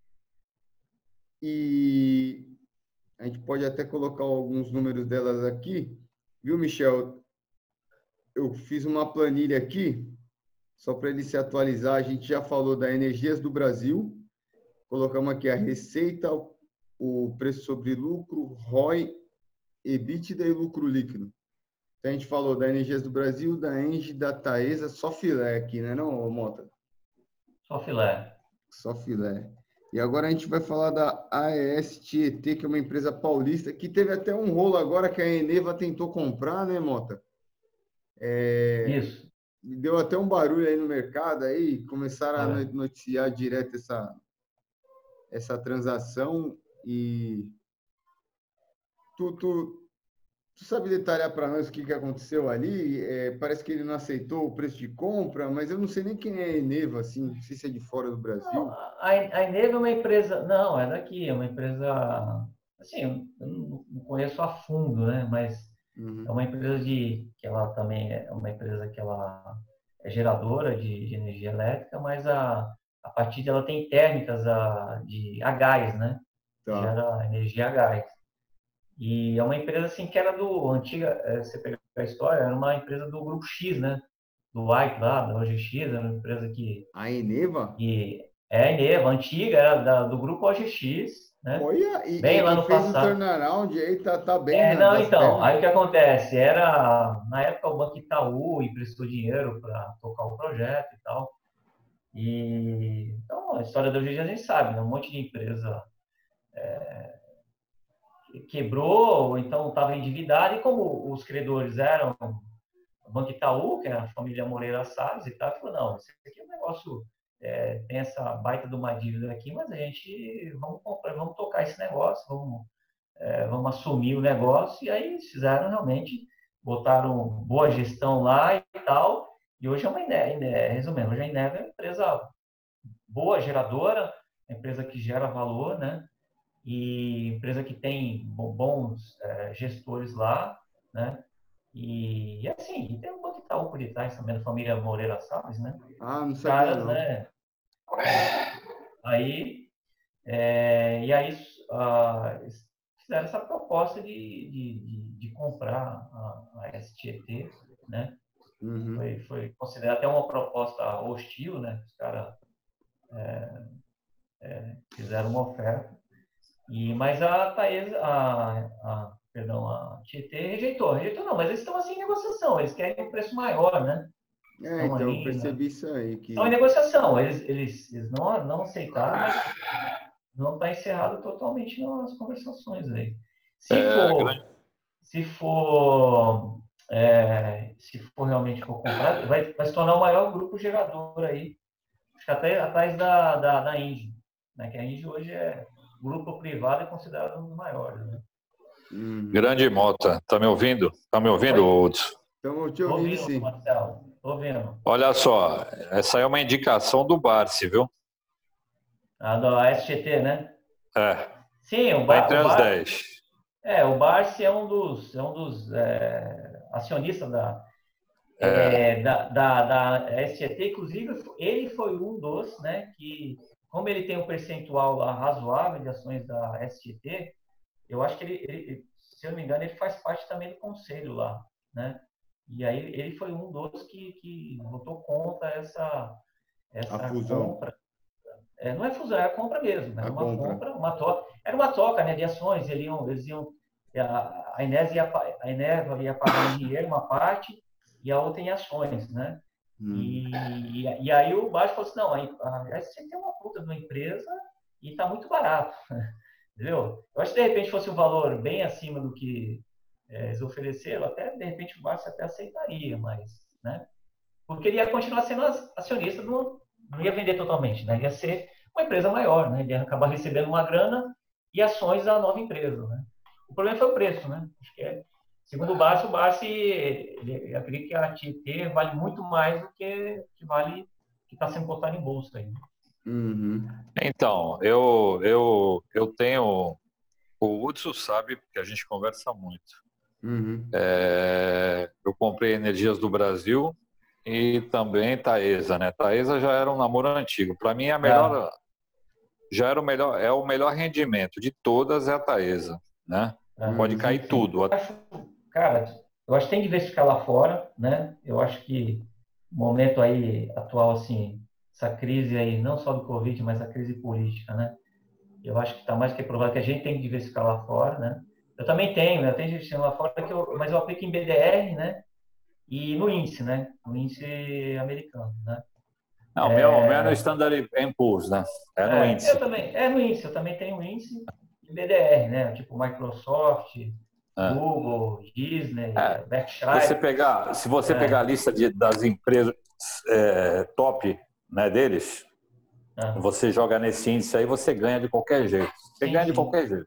Speaker 2: E a gente pode até colocar alguns números delas aqui. Viu, Michel? Eu fiz uma planilha aqui, só para ele se atualizar. A gente já falou da Energias do Brasil. Colocamos aqui a receita, o preço sobre lucro, ROI, EBITDA e lucro líquido. Então, a gente falou da Energias do Brasil, da Engie, da Taesa, só filé aqui, né, não, Mota?
Speaker 3: Só filé.
Speaker 2: Só filé. E agora a gente vai falar da AES Tietê, que é uma empresa paulista, que teve até um rolo agora que a Eneva tentou comprar, né, Mota?
Speaker 3: Isso.
Speaker 2: Deu até um barulho aí no mercado, aí começaram a noticiar direto essa transação. E tu sabe detalhar para nós o que aconteceu ali? Parece que ele não aceitou o preço de compra, mas eu não sei nem quem é a Eneva, assim, não sei se é de fora do Brasil.
Speaker 3: Não, a Eneva é uma empresa... Não, é daqui, é uma empresa... Assim, eu não conheço a fundo, né? Mas É uma empresa que ela também é uma empresa que ela é geradora de energia elétrica, mas a partir dela tem térmicas a gás, né?
Speaker 2: Tá.
Speaker 3: Gera energia a gás. E é uma empresa assim que era do antiga, você pegar a história, era uma empresa do Grupo X, né? Do White lá, da OGX, era uma empresa
Speaker 2: A Eneva?
Speaker 3: que é a Eneva, antiga, era do Grupo OGX, né?
Speaker 2: Olha,
Speaker 3: Bem lá
Speaker 2: e
Speaker 3: no
Speaker 2: fez o
Speaker 3: passado.
Speaker 2: turnaround aí, tá bem
Speaker 3: Não,
Speaker 2: das
Speaker 3: então,
Speaker 2: pernas.
Speaker 3: aí o que acontece? Era, na época, o Banco Itaú emprestou dinheiro para tocar o projeto e tal. E, então, a história da OGX a gente sabe, né? Um monte de empresa quebrou, ou então estava endividada, e como os credores eram o Banco Itaú, que é a família Moreira Salles e tal, falou, não, isso aqui é um negócio, tem essa baita de uma dívida aqui, mas a gente, vamos comprar, vamos tocar esse negócio, vamos assumir o negócio, e aí eles fizeram realmente, botaram boa gestão lá e tal, e hoje é uma resumindo, hoje a Eneva é uma empresa boa, geradora, empresa que gera valor, né? E empresa que tem bons gestores lá, né? E assim, tem um Banco Itaú por detrás também, da família Moreira Salles, né?
Speaker 2: Ah, não
Speaker 3: Os
Speaker 2: sabia
Speaker 3: caras,
Speaker 2: não.
Speaker 3: né? Aí, e aí eles fizeram essa proposta de comprar a STT, né? Foi considerado até uma proposta hostil, né? Os caras fizeram uma oferta. Mas a Taesa, perdão, a Tietê rejeitou não, mas eles estão assim em negociação, eles querem um preço maior, né? Estão
Speaker 2: Então eu
Speaker 3: ali, né?
Speaker 2: percebi isso aí.
Speaker 3: Estão em negociação, eles não aceitaram, mas não está encerrado totalmente nas conversações aí. Se for,
Speaker 4: Grande.
Speaker 3: se for, se for realmente for comprado, vai se tornar o maior grupo gerador aí, acho que até atrás da Engie, né? Que a Engie hoje grupo privado é considerado um dos maiores, né?
Speaker 4: Grande Mota, tá me ouvindo? Tá me ouvindo, Hudson?
Speaker 2: Estamos te
Speaker 3: Tô
Speaker 2: ouvindo,
Speaker 3: ouvindo,
Speaker 2: sim.
Speaker 3: Marcelo. Tô ouvindo.
Speaker 4: Olha só, essa aí é uma indicação do Barsi, viu?
Speaker 3: A da SGT, né?
Speaker 4: É,
Speaker 3: Sim,
Speaker 4: tá entre as 10.
Speaker 3: O Barsi é um dos acionistas da SGT, inclusive ele foi um dos, né, que, como ele tem um percentual lá razoável de ações da SGT, eu acho que ele, se eu não me engano, ele faz parte também do conselho lá, né? E aí ele foi um dos que votou contra essa
Speaker 2: A fusão.
Speaker 3: compra. Não é fusão, é a compra mesmo,
Speaker 2: A
Speaker 3: era uma
Speaker 2: compra.
Speaker 3: compra, era uma troca, né, de ações, eles iam a Eneva ia pagar em dinheiro uma parte e a outra em ações, né? E aí o Baixo falou assim, não, a SC tem uma puta de uma empresa e está muito barato, entendeu? Eu acho que de repente fosse um valor bem acima do que eles ofereceram, até de repente o Baixo até aceitaria, mas, né? Porque ele ia continuar sendo acionista, não ia vender totalmente, né? Ia ser uma empresa maior, né? Ele ia acabar recebendo uma grana e ações da nova empresa, né? O problema foi o preço, né? Acho que segundo o Barsi, ele acredita que a Tietê vale muito mais do que vale que está sendo cotado em bolsa aí.
Speaker 4: Então, eu tenho... O Hudson sabe, porque a gente conversa muito. Eu comprei Energias do Brasil e também Taesa, né? Taesa já era um namoro antigo. Para mim, já era o melhor rendimento de todas é a Taesa, né? Pode cair tudo.
Speaker 3: Cara, eu acho que tem que diversificar lá fora, né? Eu acho que o momento aí atual, assim, essa crise aí, não só do Covid, mas a crise política, né? Eu acho que está mais que provado que a gente tem que diversificar lá fora, né? Eu também tenho, né? Eu tenho diversificação lá fora, mas eu aplico em BDR, né? E no índice, né? No índice americano, né?
Speaker 4: Não, o meu é no Standard Poor's, né? É no índice.
Speaker 3: Eu também, no índice, eu também tenho um índice em BDR, né? Tipo Microsoft, Google, Disney, Berkshire.
Speaker 4: Se você pegar a lista das empresas top, né, deles, você joga nesse índice aí, você ganha de qualquer jeito. Você ganha de qualquer jeito.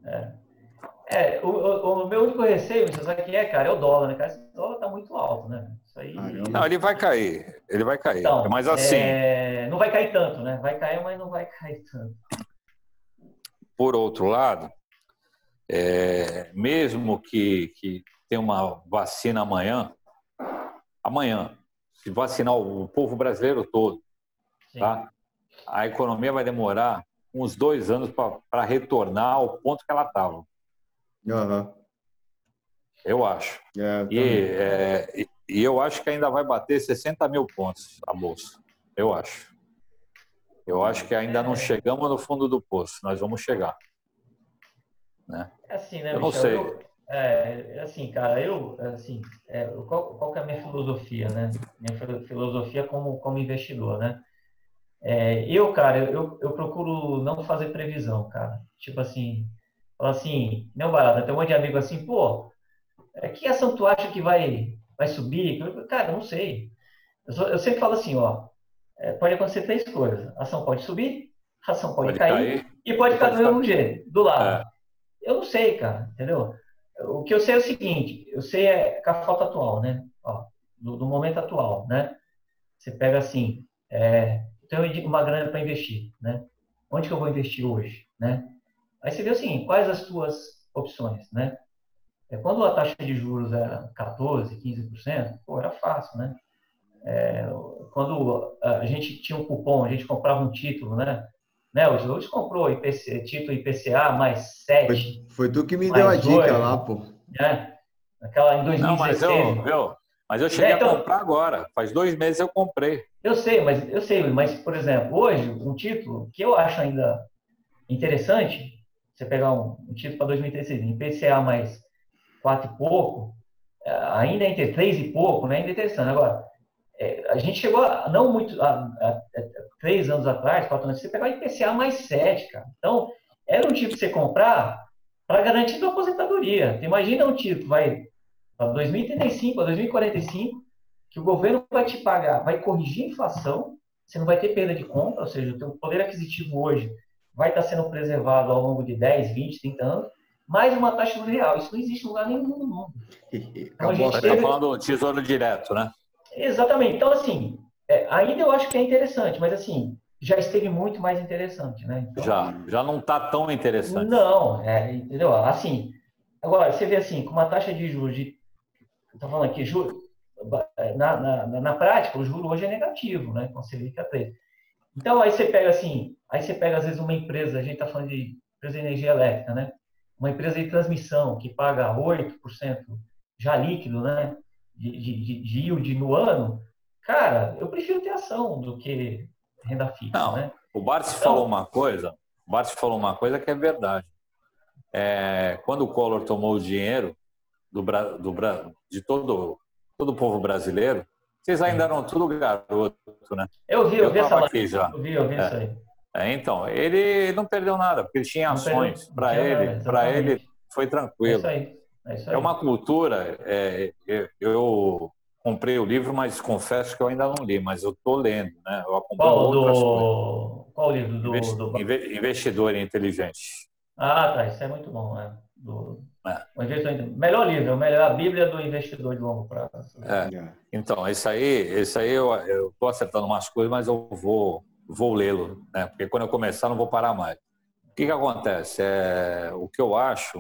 Speaker 3: O meu único receio, você sabe o que cara? É o dólar, né, cara? Esse dólar tá muito alto, né? Isso aí...
Speaker 4: Não, ele vai cair.
Speaker 3: Então,
Speaker 4: mas assim...
Speaker 3: não vai cair tanto, né? Vai cair, mas não vai cair tanto.
Speaker 4: Por outro lado, mesmo que tenha uma vacina amanhã, se vacinar o povo brasileiro todo, tá? A economia vai demorar uns 2 anos para retornar ao ponto que ela estava.
Speaker 2: Uhum.
Speaker 4: Eu acho. E eu acho que ainda vai bater 60 mil pontos a bolsa. Eu acho. Eu acho que ainda não chegamos no fundo do poço. Nós vamos chegar. Né?
Speaker 3: Assim, né,
Speaker 4: eu não
Speaker 3: Michel?
Speaker 4: sei.
Speaker 3: Assim, cara, qual que é a minha filosofia, né? Minha filosofia como investidor, né? Cara, eu procuro não fazer previsão, cara. Tipo assim, falar assim, meu barato, tem um monte de amigo assim, pô, que ação tu acha que vai subir? Cara, eu não sei. Eu sempre falo assim, ó, pode acontecer 3 coisas. A ação pode subir, a ação pode cair e pode ficar do mesmo jeito, do lado. Eu não sei, cara, entendeu? O que eu sei é o seguinte, eu sei com a falta atual, né? Ó, do momento atual, né? Você pega assim, eu tenho uma grana para investir, né? Onde que eu vou investir hoje, né? Aí você vê assim, quais as suas opções, né? Quando a taxa de juros era 14, 15%, pô, era fácil, né? Quando a gente tinha um cupom, a gente comprava um título, né? O Luiz comprou título IPCA mais 7,
Speaker 2: Foi tu que me deu a
Speaker 3: mais
Speaker 2: dica
Speaker 3: 8,
Speaker 2: lá, pô.
Speaker 3: né? Aquela em
Speaker 4: Não,
Speaker 3: 2016.
Speaker 4: mas eu cheguei a comprar agora. Faz 2 meses eu comprei.
Speaker 3: Eu sei, mas, por exemplo, hoje, um título que eu acho ainda interessante, você pegar um título para 2016, IPCA mais 4 e pouco, ainda entre 3 e pouco, né? Ainda é interessante. Agora, a gente chegou não muito, 3 anos atrás, 4 anos, você pegar o IPCA mais 7, cara. Então, era um tipo que você comprar para garantir sua aposentadoria. Você imagina um tipo que vai para 2035, para 2045, que o governo vai te pagar, vai corrigir a inflação, você não vai ter perda de compra, ou seja, o teu poder aquisitivo hoje vai estar sendo preservado ao longo de 10, 20, 30 anos, mais uma taxa real. Isso não existe em lugar nenhum no mundo.
Speaker 2: Então,
Speaker 4: Você está falando do tesouro direto, né?
Speaker 3: Exatamente. Então, assim, ainda eu acho que é interessante, mas, assim, já esteve muito mais interessante, né? Então,
Speaker 4: já não está tão interessante.
Speaker 3: Não, entendeu? Assim, agora, você vê assim, com uma taxa de juros estou falando aqui, na prática, o juro hoje é negativo, né? Com Selic a 3. Então, aí você pega assim, às vezes uma empresa, a gente está falando de empresa de energia elétrica, né? Uma empresa de transmissão que paga 8% já líquido, né? De yield no ano, cara, eu prefiro ter ação do que renda fixa,
Speaker 4: Não,
Speaker 3: né?
Speaker 4: o Barsi falou uma coisa que é verdade. Quando o Collor tomou o dinheiro de todo o povo brasileiro, vocês ainda eram tudo garoto, né?
Speaker 3: Eu vi
Speaker 4: estava
Speaker 3: essa live.
Speaker 4: aqui já.
Speaker 3: Eu vi isso aí.
Speaker 4: Então, ele não perdeu nada, porque ele tinha ações. Para ele foi tranquilo.
Speaker 3: É isso aí.
Speaker 4: É uma cultura. Eu comprei o livro, mas confesso que eu ainda não li, mas eu estou lendo, né? Eu acompanho outras coisas.
Speaker 3: Qual livro?
Speaker 4: Investidor Inteligente.
Speaker 3: Ah, tá. Isso é muito bom, né? Melhor livro, a Bíblia do Investidor de Longo Prazo.
Speaker 4: Então, esse aí eu estou acertando umas coisas, mas eu vou lê-lo, né? Porque quando eu começar, não vou parar mais. O que acontece? O que eu acho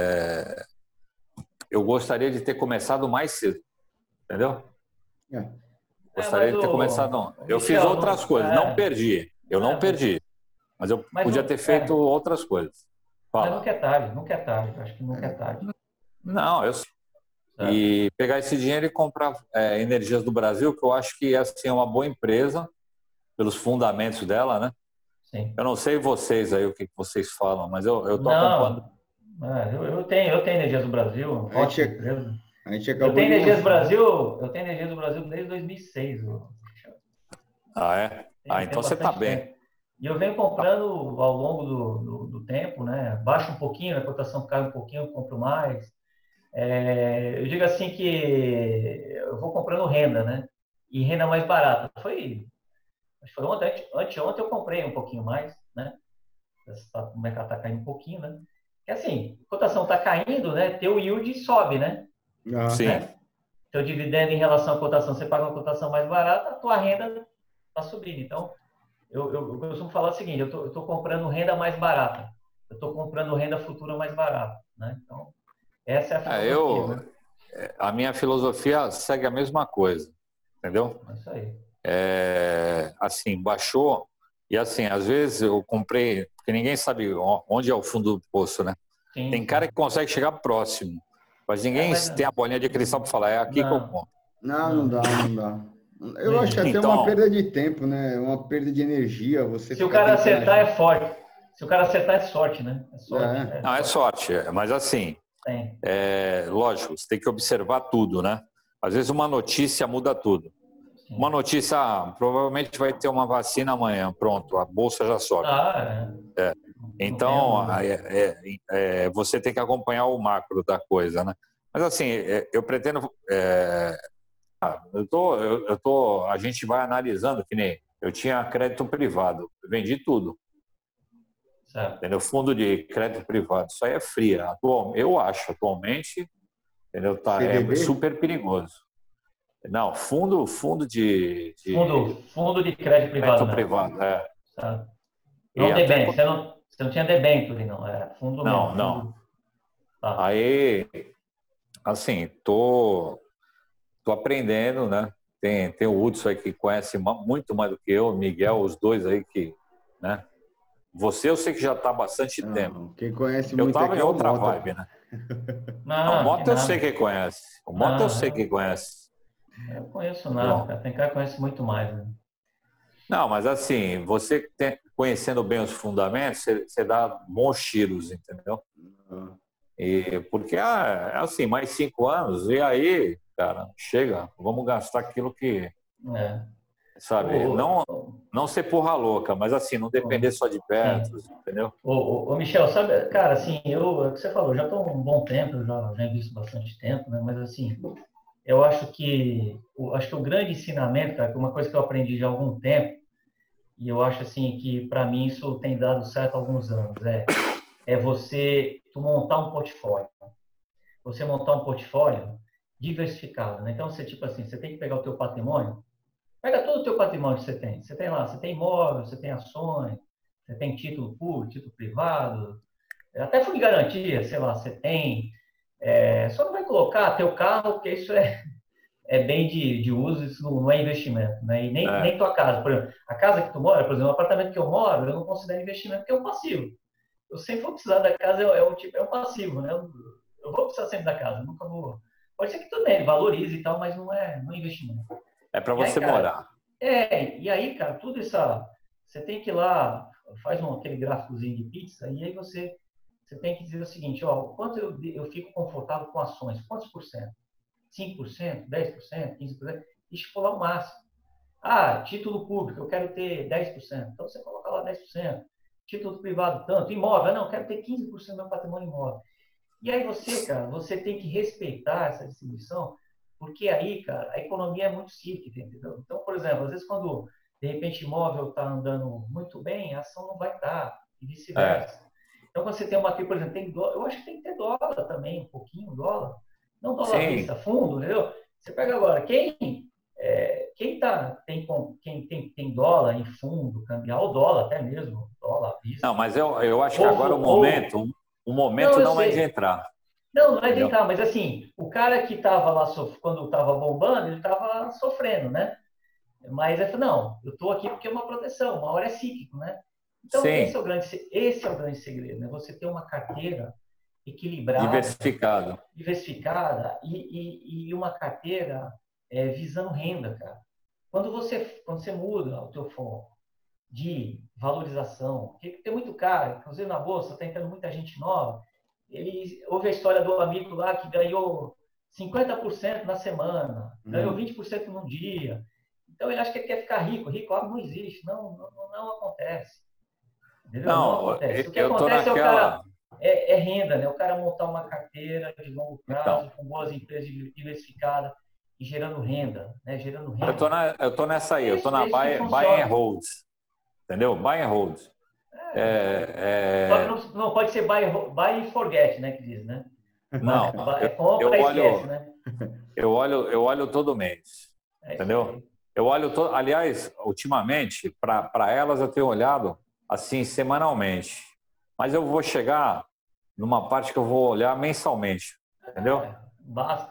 Speaker 4: eu gostaria de ter começado mais cedo, entendeu? Gostaria de ter começado. Eu fiz outras coisas, não perdi. Eu não perdi, mas eu podia ter feito outras coisas.
Speaker 3: Mas nunca é tarde. Acho que nunca é tarde.
Speaker 4: Não, e pegar esse dinheiro e comprar Energias do Brasil, que eu acho que assim, é uma boa empresa, pelos fundamentos dela, né?
Speaker 3: Sim.
Speaker 4: Eu não sei vocês aí o que vocês falam, mas eu estou acompanhando.
Speaker 3: Eu tenho Energias do Brasil, ótima empresa.
Speaker 2: A gente acabou
Speaker 3: eu tenho Energias do Brasil desde 2006.
Speaker 4: Então você está bem.
Speaker 3: E eu venho comprando ao longo do tempo, né? Baixa um pouquinho, a cotação cai um pouquinho, eu compro mais. Eu digo assim que eu vou comprando renda, né? E renda mais barata. Acho que foi anteontem eu comprei um pouquinho mais, né? O mercado está caindo um pouquinho, né? Porque assim, a cotação está caindo, né? Teu yield sobe, né?
Speaker 4: Sim.
Speaker 3: Né? Teu dividendo em relação à cotação, você paga uma cotação mais barata, a tua renda está subindo. Então, eu costumo falar o seguinte, eu tô comprando renda mais barata. eu estou comprando renda futura mais barata, né? Então, essa é a filosofia, né?
Speaker 4: A minha filosofia segue a mesma coisa, entendeu?
Speaker 3: É isso aí.
Speaker 4: Assim, baixou, e assim, às vezes eu comprei, porque ninguém sabe onde é o fundo do poço, né?
Speaker 3: Sim,
Speaker 4: Tem
Speaker 3: sim.
Speaker 4: cara que consegue chegar próximo, mas ninguém tem a bolinha de cristal para falar, é aqui que eu
Speaker 3: não,
Speaker 4: compro.
Speaker 2: Não dá, não dá. Eu
Speaker 3: não
Speaker 2: acho que
Speaker 3: existe.
Speaker 2: até uma
Speaker 4: Então,
Speaker 2: perda de tempo, né? Uma perda de energia, você
Speaker 3: Se o
Speaker 2: fica
Speaker 3: cara
Speaker 2: tentando
Speaker 3: acertar, é
Speaker 2: achar.
Speaker 3: forte. Se o cara acertar, é sorte, né? É sorte.
Speaker 2: É,
Speaker 4: não, é sorte, mas assim,
Speaker 3: Tem.
Speaker 4: lógico, você tem que observar tudo, né? Às vezes uma notícia muda tudo.
Speaker 3: Sim.
Speaker 4: Uma notícia, provavelmente vai ter uma vacina amanhã, pronto, a bolsa já sobe. Então, você tem que acompanhar o macro da coisa, né? Mas assim, eu pretendo, a gente vai analisando, que nem eu tinha crédito privado, eu vendi tudo,
Speaker 3: Certo.
Speaker 4: entendeu? Fundo de crédito privado, isso aí é fria. Eu acho, atualmente, entendeu? É
Speaker 2: CDB?
Speaker 4: super perigoso. Não, fundo de
Speaker 3: Fundo de crédito privado,
Speaker 4: crédito
Speaker 3: não.
Speaker 4: privado,
Speaker 3: Certo.
Speaker 4: E
Speaker 3: Não
Speaker 4: até
Speaker 3: debênture. Você não tinha debênture, não. Era fundo mesmo.
Speaker 4: não.
Speaker 3: Fundo. Tá.
Speaker 4: Aí, assim, tô aprendendo, né? Tem o Hudson aí que conhece muito mais do que eu, o Miguel, os dois aí que, né? Você eu sei que já está há bastante tempo.
Speaker 2: Não, quem conhece
Speaker 4: Eu
Speaker 2: muito
Speaker 4: estava
Speaker 2: aqui
Speaker 4: em
Speaker 2: é o
Speaker 4: outra
Speaker 2: Mota.
Speaker 4: vibe, né? Não, o
Speaker 3: Não, que
Speaker 4: Mota eu sei
Speaker 3: nada.
Speaker 4: quem conhece. O Mota eu
Speaker 3: Não,
Speaker 4: sei quem conhece.
Speaker 3: eu conheço nada,
Speaker 4: Entendeu?
Speaker 3: cara. Tem cara que conhece muito mais, né?
Speaker 4: Não, mas assim, você conhecendo bem os fundamentos, você dá bons tiros, entendeu? E porque, assim, mais 5 anos, e aí, cara, chega, vamos gastar aquilo que,
Speaker 3: É.
Speaker 4: sabe,
Speaker 3: O,
Speaker 4: não ser porra louca, mas assim, não depender só de
Speaker 3: sim.
Speaker 4: Petros, entendeu?
Speaker 3: Ô, Michel, sabe, cara, assim, é o que você falou, já estou há um bom tempo, eu já invisto bastante tempo, né? Mas assim, eu acho que o grande ensinamento, cara, que uma coisa que eu aprendi já há algum tempo, e eu acho assim que para mim isso tem dado certo há alguns anos, é tu montar um portfólio. Você montar um portfólio diversificado, né? Então, você, tipo assim, você tem que pegar o teu patrimônio, pega todo o teu patrimônio que você tem. Você tem lá, você tem imóvel, você tem ações, você tem título público, título privado, até fundo de garantia, sei lá, você tem. Só não vai colocar teu carro, porque isso é bem de uso, isso não é investimento, né? E nem tua casa. Por exemplo, a casa que tu mora, por exemplo, o apartamento que eu moro, eu não considero investimento, porque é um passivo. Eu sempre vou precisar da casa, é um passivo, né? Eu vou precisar sempre da casa, nunca vou. Pode ser que tudo bem, valorize e tal, mas não é investimento.
Speaker 4: É para
Speaker 3: E aí,
Speaker 4: você
Speaker 3: cara,
Speaker 4: morar.
Speaker 3: e aí, cara, tudo isso, você tem que ir lá, faz aquele gráficozinho de pizza, e aí você tem que dizer o seguinte, ó, quanto eu fico confortável com ações, quantos por cento? 5%, 10%, 15%, estipular o máximo. Título público, eu quero ter 10%, então você coloca lá 10%. Título privado, tanto. Imóvel, não, eu quero ter 15% do meu patrimônio imóvel. E aí cara, você tem que respeitar essa distribuição, porque aí, cara, a economia é muito cíclica, entendeu? Então, por exemplo, às vezes quando, de repente, imóvel está andando muito bem, a ação não vai estar, e vice-versa. Então, quando você tem uma aqui, por exemplo, tem dólar, eu acho que tem que ter dólar também, um pouquinho dólar. Não dólar à
Speaker 4: Sim.
Speaker 3: vista, fundo, entendeu? Você pega agora, quem tem dólar em fundo, cambial, dólar até mesmo, dólar à vista.
Speaker 4: Não, mas eu acho que
Speaker 3: Ou,
Speaker 4: agora o momento
Speaker 3: não, eu
Speaker 4: não é de
Speaker 3: sei.
Speaker 4: entrar.
Speaker 3: Não é de
Speaker 4: Entendeu?
Speaker 3: entrar, mas assim, o cara que estava lá, quando estava bombando, ele estava sofrendo, né? Mas ele falou, não, eu estou aqui porque é uma proteção, uma hora é cíclico, né? Então,
Speaker 4: Sim,
Speaker 3: esse é o grande segredo, né? Você ter uma carteira equilibrada,
Speaker 4: diversificado.
Speaker 3: diversificada e uma carteira visando renda, cara. Quando você muda o teu foco de valorização, porque tem muito cara, inclusive na bolsa, está entrando muita gente nova, ele ouve a história do amigo lá que ganhou 50% na semana, ganhou 20% num dia. Então ele acha que ele quer ficar rico. Rico não existe, não acontece. Entendeu? Não
Speaker 4: Não,
Speaker 3: acontece. O que
Speaker 4: eu tô
Speaker 3: acontece é o cara
Speaker 4: naquela.
Speaker 3: renda, né? O cara montar uma carteira de longo
Speaker 4: Então,
Speaker 3: prazo, com boas empresas diversificadas e gerando renda, né? Gerando
Speaker 4: eu
Speaker 3: renda.
Speaker 4: tô nessa aí,
Speaker 3: É
Speaker 4: eu tô
Speaker 3: isso,
Speaker 4: na
Speaker 3: é isso que
Speaker 4: buy and
Speaker 3: funciona.
Speaker 4: hold. Entendeu? Buy and hold.
Speaker 3: Só que não pode ser buy e forget, né? Que diz, né?
Speaker 4: Não, eu
Speaker 3: Compra e esquece,
Speaker 4: olho,
Speaker 3: né?
Speaker 4: eu olho todo mês.
Speaker 3: É isso
Speaker 4: Entendeu?
Speaker 3: aí.
Speaker 4: Eu olho todo. Aliás, ultimamente, para elas eu tenho olhado assim semanalmente. Mas eu vou chegar numa parte que eu vou olhar mensalmente, entendeu?
Speaker 3: Basta.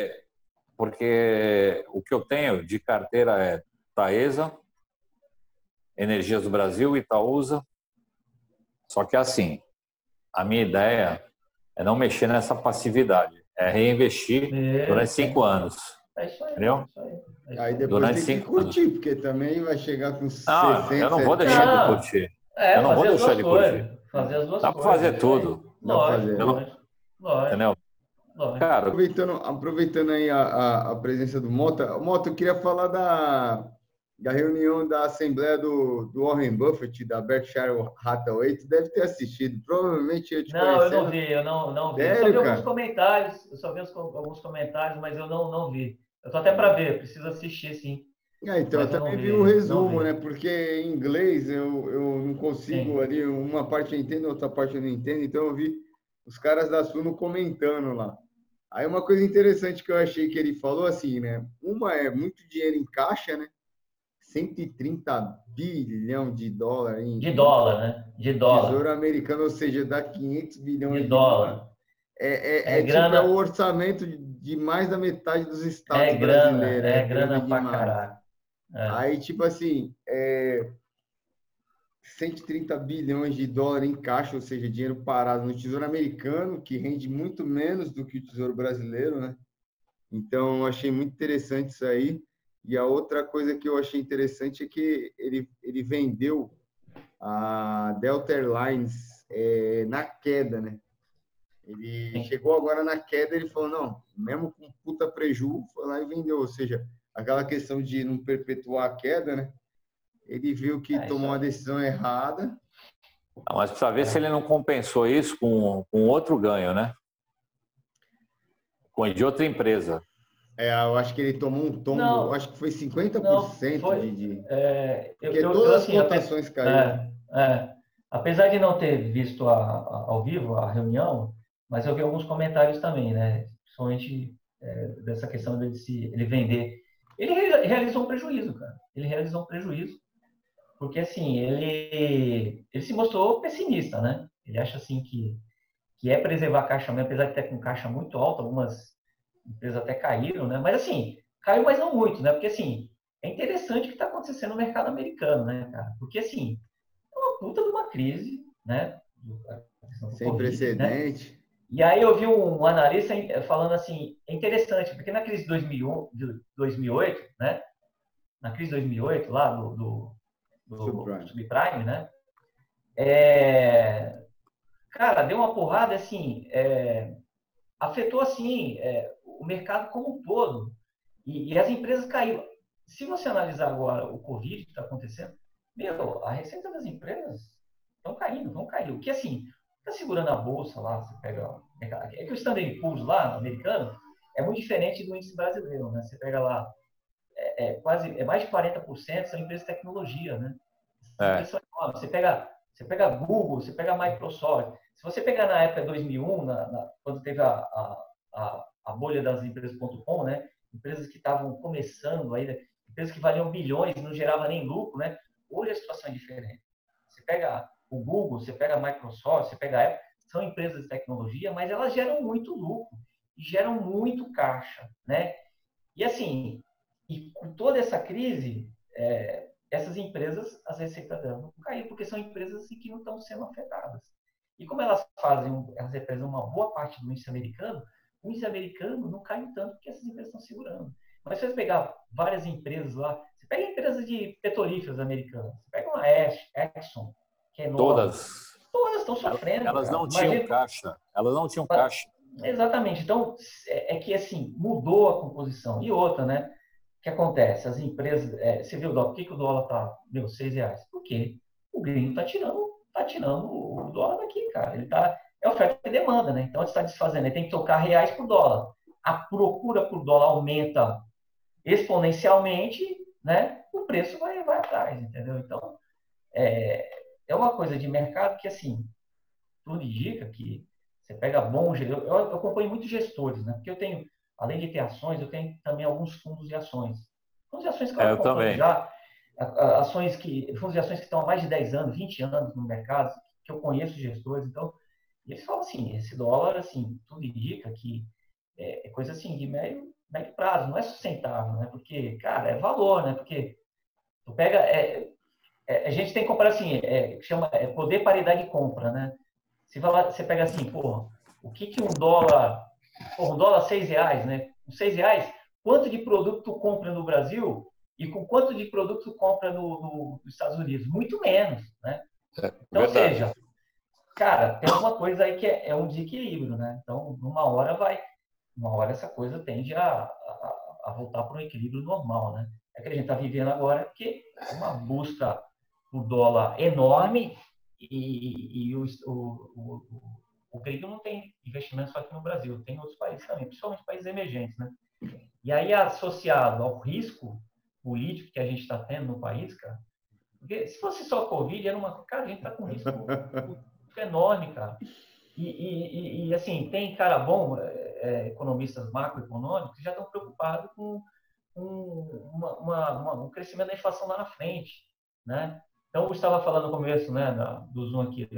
Speaker 4: Porque o que eu tenho de carteira é Taesa, Energias do Brasil, Itaúsa. Só que assim, a minha ideia é não mexer nessa passividade, é reinvestir durante 5 anos.
Speaker 3: É isso aí.
Speaker 4: Entendeu?
Speaker 2: Aí depois
Speaker 4: Durante
Speaker 2: tem que
Speaker 4: 5 anos.
Speaker 2: curtir, porque também vai chegar com
Speaker 4: Não,
Speaker 2: 60,
Speaker 4: eu não vou
Speaker 2: 70.
Speaker 4: deixar de curtir. Eu não vou
Speaker 3: fazer as
Speaker 4: deixar
Speaker 3: duas
Speaker 4: de
Speaker 3: coisas.
Speaker 4: curtir.
Speaker 3: Fazer as duas
Speaker 4: Dá para
Speaker 3: coisas.
Speaker 4: fazer tudo.
Speaker 2: Dá pra fazer.
Speaker 3: Lógico.
Speaker 4: Entendeu?
Speaker 3: Lógico.
Speaker 4: Cara,
Speaker 2: Aproveitando aí a presença do Mota, Mota, eu queria falar da reunião da Assembleia do Warren Buffett, da Berkshire Hathaway. Tu deve ter assistido. Provavelmente eu te
Speaker 3: Não, eu não
Speaker 2: conhecendo.
Speaker 3: vi, eu não vi.
Speaker 2: Sério,
Speaker 3: eu só vi
Speaker 2: cara?
Speaker 3: alguns comentários, alguns comentários, mas eu não vi. Eu tô até para ver, preciso assistir, sim.
Speaker 2: Então, eu
Speaker 3: Mas eu não
Speaker 2: também vi
Speaker 3: vi,
Speaker 2: o
Speaker 3: não
Speaker 2: resumo,
Speaker 3: vi.
Speaker 2: né? Porque em inglês eu não consigo
Speaker 3: Sim.
Speaker 2: ali, uma parte eu entendo, outra parte eu não entendo, então eu vi os caras da Suno comentando lá. Aí uma coisa interessante que eu achei que ele falou assim, né? Uma é muito dinheiro em caixa, né? 130 bilhão de dólar
Speaker 3: De dólar, né? De dólar.
Speaker 2: Tesouro americano, ou seja, dá 500 bilhões
Speaker 3: De
Speaker 2: de dólar.
Speaker 3: dólar.
Speaker 2: Tipo, é o orçamento de mais da metade dos estados brasileiros,
Speaker 3: É
Speaker 2: grana
Speaker 3: grana pra
Speaker 2: demais.
Speaker 3: caralho.
Speaker 2: Aí, tipo assim, 130 bilhões de dólares em caixa, ou seja, dinheiro parado no Tesouro Americano, que rende muito menos do que o Tesouro Brasileiro, né? Então, eu achei muito interessante isso aí. E a outra coisa que eu achei interessante é que ele vendeu a Delta Airlines na queda, né? Ele chegou agora na queda, ele falou, não, mesmo com puta preju, foi lá e vendeu. Ou seja, aquela questão de não perpetuar a queda, né? Ele viu que tomou uma decisão errada.
Speaker 4: mas precisa ver se ele não compensou isso com outro ganho, né? De outra empresa.
Speaker 2: Eu acho que ele tomou um tombo,
Speaker 3: Não,
Speaker 2: acho que foi 50%
Speaker 3: foi,
Speaker 2: porque todas as
Speaker 3: assim,
Speaker 2: cotações caíram.
Speaker 3: apesar de não ter visto ao vivo a reunião, mas eu vi alguns comentários também, né? Principalmente dessa questão de ele vender. Ele realizou um prejuízo, cara. Ele realizou um prejuízo, porque assim, ele se mostrou pessimista, né? Ele acha assim que é preservar a caixa mesmo, apesar de ter com caixa muito alta, algumas empresas até caíram, né? Mas assim, caiu, mas não muito, né? Porque assim, é interessante o que está acontecendo no mercado americano, né, cara? Porque assim, é uma puta de uma crise, né?
Speaker 2: Sem
Speaker 3: COVID,
Speaker 2: precedente.
Speaker 3: né? E aí eu vi um analista falando assim, é interessante, porque na crise de 2008, né? Na crise de 2008, lá do subprime, né? Cara, deu uma porrada, assim, afetou, assim, o mercado como um todo. E as empresas caíram. Se você analisar agora o Covid que está acontecendo, a receita das empresas estão caindo, vão cair. O que, assim, está segurando a bolsa lá, você pega... É que o Standard Poor's lá, americano, é muito diferente do índice brasileiro, né? Você pega lá, mais de 40% são empresas de tecnologia, né? Você pega Google, você pega Microsoft. Se você pegar na época de 2001, quando teve a bolha das empresas.com, né? Empresas que estavam começando ainda, empresas que valiam bilhões e não geravam nem lucro, né? Hoje a situação é diferente. Você pega o Google, você pega a Microsoft, você pega a Apple, são empresas de tecnologia, mas elas geram muito lucro e geram muito caixa, né? E assim, e com toda essa crise, essas empresas, as receitas delas não caíram, porque são empresas assim, que não estão sendo afetadas. E como elas representam uma boa parte do índice americano, o índice americano não cai tanto porque essas empresas estão segurando. Mas se você pegar várias empresas lá, você pega empresas de petrolíferas americanas, você pega uma Exxon, que é enorme. Todas estão sofrendo.
Speaker 4: Elas não tinham caixa. Elas não tinham caixa.
Speaker 3: Exatamente. Então, que assim, mudou a composição. E outra, né? O que acontece? As empresas... você viu o dólar? Por que o dólar está, R$6? Porque o gringo está tirando o dólar daqui, cara. Ele tá... É oferta e demanda, né? Então, ele está desfazendo. Ele tem que trocar reais por dólar. A procura por dólar aumenta exponencialmente, né? O preço vai atrás, entendeu? Então, é uma coisa de mercado que, assim, tudo indica que você pega bons... Eu acompanho muitos gestores, né? Porque eu tenho, além de ter ações, eu tenho também alguns fundos de ações. Fundos de ações que eu acompanho já, fundos de ações que estão há mais de 10 anos, 20 anos no mercado, que eu conheço gestores, então, e eles falam assim, esse dólar, assim, tudo indica que é coisa assim de médio prazo, não é sustentável, né? Porque, cara, é valor, né? Porque tu pega, a gente tem que comprar assim, chama poder paridade de compra, né? Você pega assim, porra, o que um dólar, porra, um dólar R$ 6, né? Com R$ 6, quanto de produto tu compra no Brasil e com quanto de produto tu compra nos Estados Unidos? Muito menos, né? Então, ou
Speaker 4: Verdade.
Speaker 3: seja, cara, tem alguma coisa aí que é um desequilíbrio, né? Então, uma hora essa coisa tende a voltar para um equilíbrio normal, né? É que a gente está vivendo agora porque é uma busca por dólar enorme e o gringo não tem investimento só aqui no Brasil, tem em outros países também, principalmente países emergentes, né? E aí, associado ao risco político que a gente está tendo no país, cara, porque se fosse só Covid, cara, a gente está com um risco enorme, cara. E assim, tem cara bom, economistas macroeconômicos, que já estão preocupados com um crescimento da inflação lá na frente, né? Então, eu estava falando no começo, né, do Zoom aqui,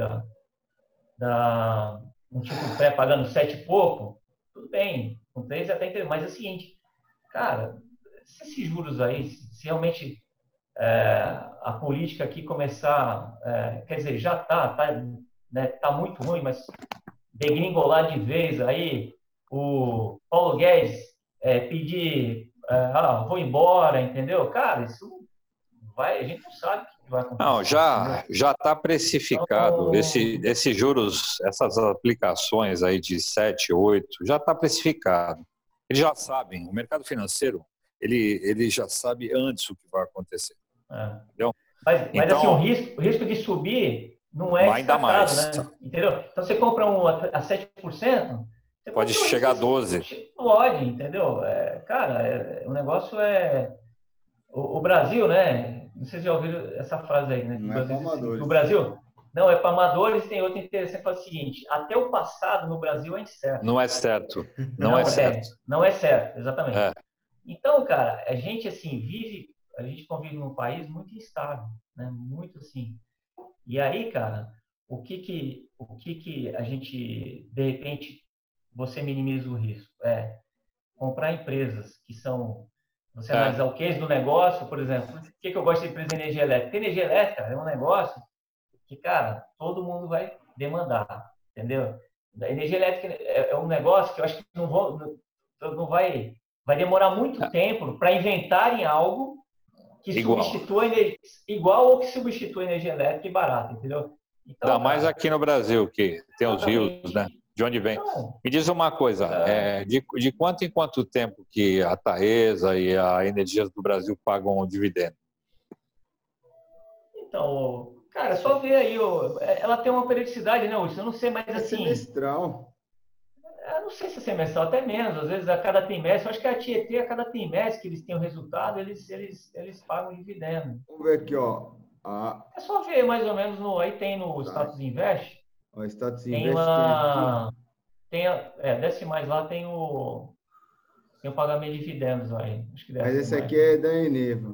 Speaker 3: um tipo pré pagando 7 e pouco, tudo bem, com 3 até entendo, mas é o seguinte, cara, se esses juros aí, se realmente a política aqui começar, quer dizer, já né, tá muito ruim, mas degringolar de vez aí, o Paulo Guedes pedir, vou embora, entendeu? Cara, isso a gente não sabe o que vai acontecer.
Speaker 4: Não, já está precificado.
Speaker 3: Então,
Speaker 4: Esses juros, essas aplicações aí de 7, 8, já está precificado. Eles já sabem, o mercado financeiro, ele já sabe antes o que vai acontecer. Entendeu?
Speaker 3: Mas
Speaker 4: então,
Speaker 3: assim, o risco de subir não é
Speaker 4: ainda
Speaker 3: descartado,
Speaker 4: mais.
Speaker 3: né? Entendeu? Então, você compra a 7%, você
Speaker 4: pode chegar a 12.
Speaker 3: Pode, entendeu? Cara, o negócio é... O Brasil, né? Não sei se já ouviram essa frase aí, né?
Speaker 2: Não é para amadores.
Speaker 3: O Brasil não é para amadores. Tem outra interessante, fala o seguinte: até o passado no Brasil é incerto.
Speaker 4: Não é certo. Não é certo.
Speaker 3: Não é certo, exatamente.
Speaker 4: É.
Speaker 3: Então, cara, a gente assim a gente convive num país muito instável, né? Muito assim. E aí, cara, o que que a gente, de repente, você minimiza o risco? Comprar empresas que são, você analisar o case do negócio, por exemplo, por que eu gosto de empresa de energia elétrica? Porque energia elétrica é um negócio que, cara, todo mundo vai demandar, entendeu? A energia elétrica é um negócio que eu acho que não vai demorar muito tempo para inventarem algo que substitua igual ou que substitua a energia elétrica e barata, entendeu? Então,
Speaker 4: ainda mais aqui no Brasil, que tem os rios, né? De onde vem?
Speaker 3: Então,
Speaker 4: Me diz uma coisa, de quanto em quanto tempo que a Taesa e a Energias do Brasil pagam o dividendo?
Speaker 3: Então, cara, só ver aí, ela tem uma periodicidade, né, Wilson? Eu não sei, mas
Speaker 2: É
Speaker 3: assim...
Speaker 2: semestral.
Speaker 3: Eu não sei se é semestral, até menos, às vezes a cada trimestre. Eu acho que a Tietê, a cada trimestre que eles têm o resultado, eles pagam dividendo.
Speaker 2: Vamos ver aqui, ó.
Speaker 3: É só ver mais ou menos, aí tem no Status Invest,
Speaker 2: O Status
Speaker 3: tem
Speaker 2: Invest
Speaker 3: lá...
Speaker 2: tem aqui.
Speaker 3: Desce mais lá, tem o pagamento de dividendos aí. Acho que
Speaker 2: Mas
Speaker 3: desce
Speaker 2: esse
Speaker 3: mais.
Speaker 2: aqui é da Eneva.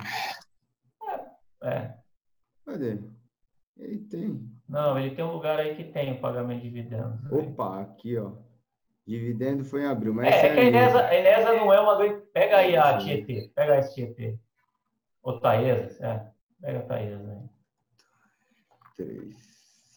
Speaker 3: É.
Speaker 2: Cadê? Ele tem.
Speaker 3: Não, ele tem um lugar aí que tem o pagamento de dividendos.
Speaker 2: Opa, aqui, ó. Dividendo foi em abril, mas
Speaker 3: É
Speaker 2: esse
Speaker 3: que a
Speaker 2: Eneva.
Speaker 3: Enesa não é uma grande... Pega aí a
Speaker 2: Deixa eu ver.
Speaker 3: Tietê. Pega esse Tietê. Ou Taesa, Pega a Taesa aí.
Speaker 2: 3.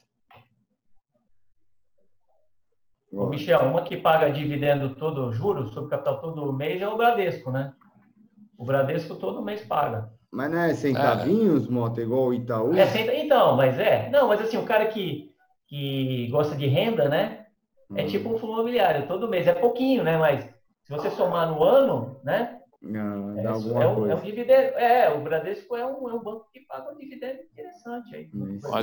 Speaker 3: Ô, Michel, uma que paga dividendo todo, juros sobre capital todo mês é o Bradesco, né? O Bradesco todo mês paga.
Speaker 2: Mas não é centavinhos, Mota, igual o Itaú?
Speaker 3: Então, mas Não, mas assim, o cara que gosta de renda, né? É tipo um fundo imobiliário, todo mês. É pouquinho, né? Mas se você somar no ano, né?
Speaker 2: Dá alguma coisa.
Speaker 3: É um dividendo. O Bradesco é um banco que paga um dividendo interessante aí.
Speaker 4: Mas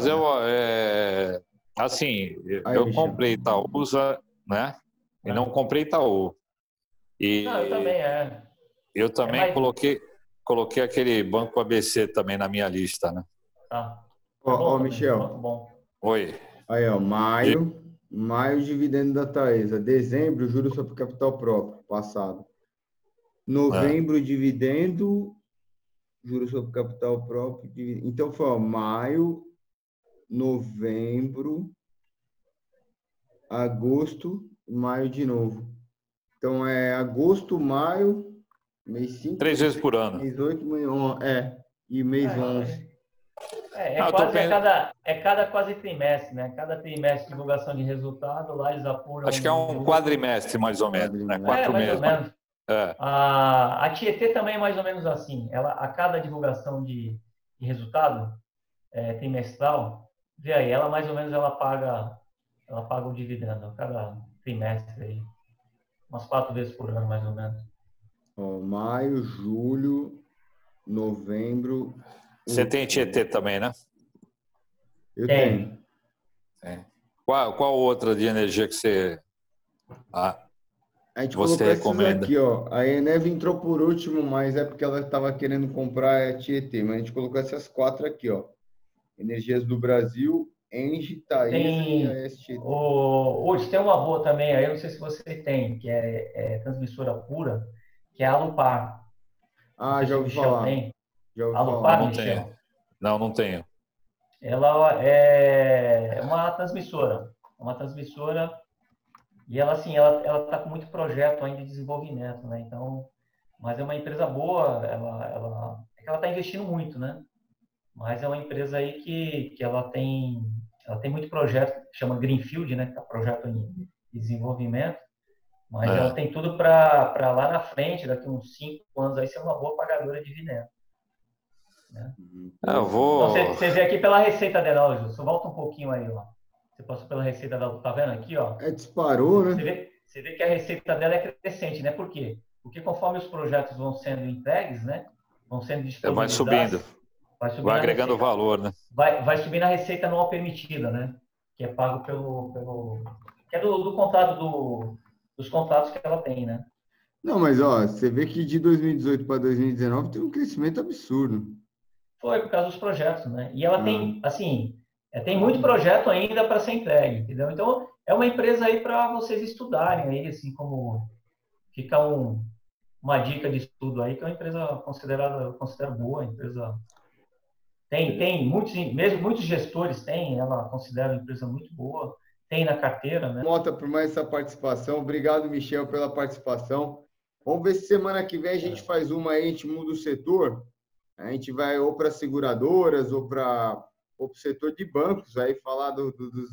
Speaker 4: assim, eu
Speaker 2: Michel.
Speaker 4: comprei Itaúsa, né? E não comprei Itaú.
Speaker 3: Não, eu também,
Speaker 4: Eu também coloquei aquele Banco ABC também na minha lista, né?
Speaker 3: Tá.
Speaker 2: Ó, Michel.
Speaker 3: Banco bom.
Speaker 4: Oi.
Speaker 2: Aí, ó, maio, dividendo da Taesa. Dezembro, juros sobre capital próprio, passado. Novembro, dividendo, juros sobre capital próprio. Então, foi, ó, maio, novembro, agosto, maio de novo. Então, é agosto, maio, mês 5,
Speaker 4: 3 vezes por ano.
Speaker 2: mês 8, mês 11, e mês 11.
Speaker 3: É cada quase trimestre, né? Cada trimestre de divulgação de resultado, lá eles apuram.
Speaker 4: Acho que é um quadrimestre, mais ou menos, né? 4
Speaker 3: mais
Speaker 4: meses.
Speaker 3: ou menos.
Speaker 4: É.
Speaker 3: A Tietê também é mais ou menos assim. Ela, a cada divulgação de resultado trimestral, vê aí, ela mais ou menos ela paga o dividendo a cada trimestre aí. Umas 4 vezes por ano, mais ou menos.
Speaker 2: Maio, julho, novembro.
Speaker 4: Você tem Tietê também, né?
Speaker 2: Eu tenho.
Speaker 4: Qual outra de energia que você
Speaker 2: A gente colocou
Speaker 4: recomenda?
Speaker 2: essas aqui, ó. A Eneva entrou por último, mas é porque ela estava querendo comprar a Tietê. Mas a gente colocou essas 4 aqui, ó. Energias do Brasil, Engie, Taesa e a STT.
Speaker 3: Hoje tem uma boa também, aí eu não sei se você tem, que é transmissora pura, que é a Alupar.
Speaker 2: Já ouvi falar. Já ouvi
Speaker 3: Alupar,
Speaker 4: Não
Speaker 3: Michel?
Speaker 4: tenho. Não tenho.
Speaker 3: Ela é uma transmissora. E ela, assim, ela está com muito projeto ainda de desenvolvimento, né? Então, mas é uma empresa boa, ela está investindo muito, né? Mas é uma empresa aí que ela tem muito projeto, que chama Greenfield, né? Que é projeto de desenvolvimento. Mas ela tem tudo para lá na frente, daqui uns 5 anos, aí ser uma boa pagadora de dividendos. Né?
Speaker 4: Eu vou...
Speaker 3: Então, você vê aqui pela receita dela, Ju. Só volta um pouquinho aí, ó. Você passou pela receita dela, tá vendo aqui, ó?
Speaker 2: Disparou, né?
Speaker 3: Você vê que a receita dela é crescente, né? Por quê? Porque conforme os projetos vão sendo entregues, né? Vão sendo disponibilizados.
Speaker 4: Vai agregando valor, né?
Speaker 3: Vai subindo a receita anual permitida, né? Que é pago que é do contrato dos contratos que ela tem, né?
Speaker 2: Não, mas ó, você vê que de 2018 para 2019 tem um crescimento absurdo.
Speaker 3: Foi por causa dos projetos, né? E ela tem, assim, tem muito projeto ainda para ser entregue, entendeu? Então, é uma empresa aí para vocês estudarem aí, assim, como fica uma dica de estudo aí, que é uma empresa eu considero boa, a empresa tem muitos gestores têm, ela considera uma empresa muito boa, tem na carteira, né?
Speaker 2: Mota, por mais essa participação. Obrigado, Michel, pela participação. Vamos ver se semana que vem a gente faz uma aí, a gente muda o setor. A gente vai ou para seguradoras ou para o setor de bancos, aí falar dos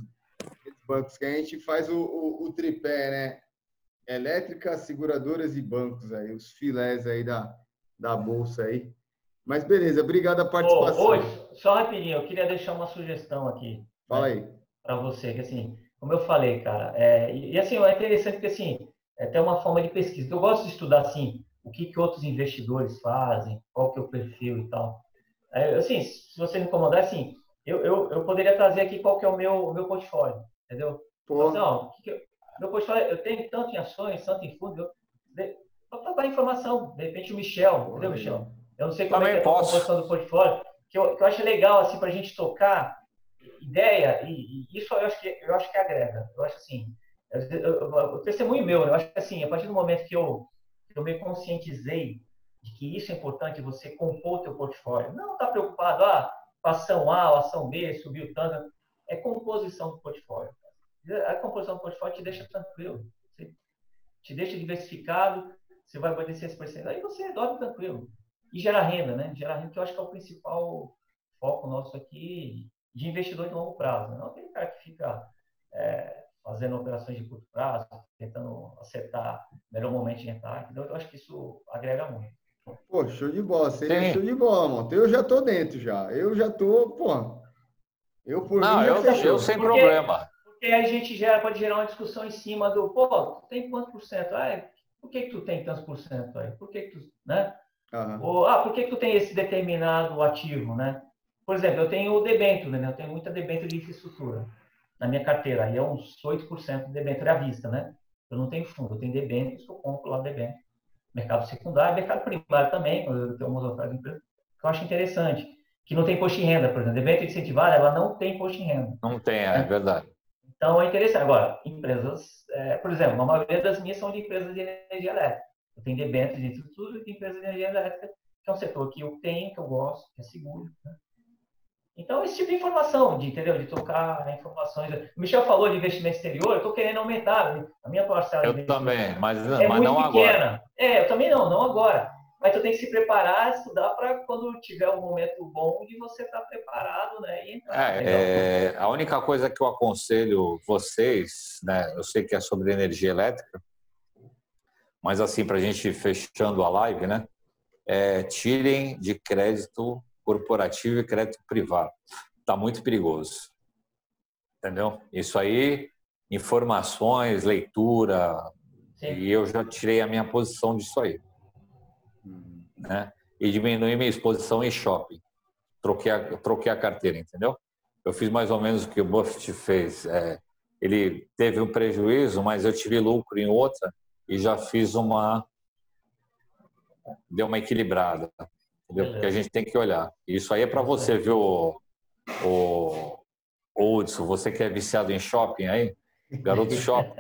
Speaker 2: bancos, que a gente faz o tripé, né? Elétrica, seguradoras e bancos, aí, os filés aí da bolsa aí. Mas beleza, obrigado a participação.
Speaker 3: Só rapidinho, eu queria deixar uma sugestão aqui.
Speaker 2: Fala aí.
Speaker 3: Para você, que assim, como eu falei, cara, e assim, é interessante porque assim, tem uma forma de pesquisa. Eu gosto de estudar assim, o que outros investidores fazem, qual que é o perfil e tal. Assim, se você me incomodar, assim, eu poderia trazer aqui qual que é o meu portfólio, entendeu? Então, meu portfólio, eu tenho tanto em ações, tanto em fundos, para dar informação, de repente o Michel, entendeu, Michel? Eu não sei como é que é a composição do portfolio, que eu acho legal, assim, para a gente tocar ideia, e isso eu acho que agrega. Eu acho assim, o testemunho meu, eu acho que assim, a partir do momento que eu me conscientizei de que isso é importante, você compor o teu portfólio. Não está preocupado, com a ação A, a ação B, subiu tanto. É composição do portfólio. A composição do portfólio te deixa tranquilo, te deixa diversificado, você vai poder ser esse aí você dorme tranquilo. E gerar renda, né? Gerar renda, que eu acho que é o principal foco nosso aqui de investidor de longo prazo. Não aquele cara que fica fazendo operações de curto prazo, tentando acertar o melhor momento de entrar. Então, eu acho que isso agrega muito.
Speaker 2: Pô, show de bola. Seria show de bola, mano. Eu já tô dentro já. Eu já tô, pô. Eu por mim já fechou.
Speaker 4: Eu sem problema.
Speaker 3: Porque aí a gente pode gerar uma discussão em cima do, pô, tu tem quantos por cento? Por que tu tem tantos por cento aí? Por que tu, né? Ou, por que tu tem esse determinado ativo, né? Por exemplo, eu tenho o debênture, né? Eu tenho muita debênture de infraestrutura na minha carteira. Aí é uns 8% de debênture à vista, né? Eu não tenho fundo, eu tenho debêntures que eu compro lá debênture. Mercado secundário, mercado primário também, eu tenho umas outras empresas que eu acho interessante, que não tem imposto de renda, por exemplo. Debênture incentivada, ela não tem imposto de renda.
Speaker 4: Não tem, é verdade.
Speaker 3: Então, é interessante. Agora, empresas, por exemplo, a maioria das minhas são de empresas de energia elétrica. Eu tenho debêntures de infraestrutura e de empresas de energia elétrica, que é um setor que eu tenho, que eu gosto, que é seguro. Né? Então, esse tipo de informação, entendeu? De trocar informações. O Michel falou de investimento exterior, eu estou querendo aumentar, né? A minha parcela de
Speaker 4: Eu
Speaker 3: investimento
Speaker 4: também,
Speaker 3: é
Speaker 4: mas
Speaker 3: muito
Speaker 4: não agora.
Speaker 3: pequena. Eu também não agora. Mas eu tenho que se preparar, estudar para quando tiver um momento bom de você estar preparado, né? E entrar.
Speaker 4: A única coisa que eu aconselho vocês, né? Eu sei que é sobre energia elétrica, mas assim, para a gente fechando a live, né? Tirem de crédito corporativo e crédito privado. Está muito perigoso. Entendeu? Isso aí, informações, leitura,
Speaker 3: Sim.
Speaker 4: e eu já tirei a minha posição disso aí. Né? E diminui minha exposição em shopping. Troquei a carteira, entendeu? Eu fiz mais ou menos o que o Buffett fez. Ele teve um prejuízo, mas eu tive lucro em outra e já fiz deu uma equilibrada, entendeu? Porque a gente tem que olhar. Isso aí é para você, viu, o Hudson, você que é viciado em shopping aí, garoto shopping.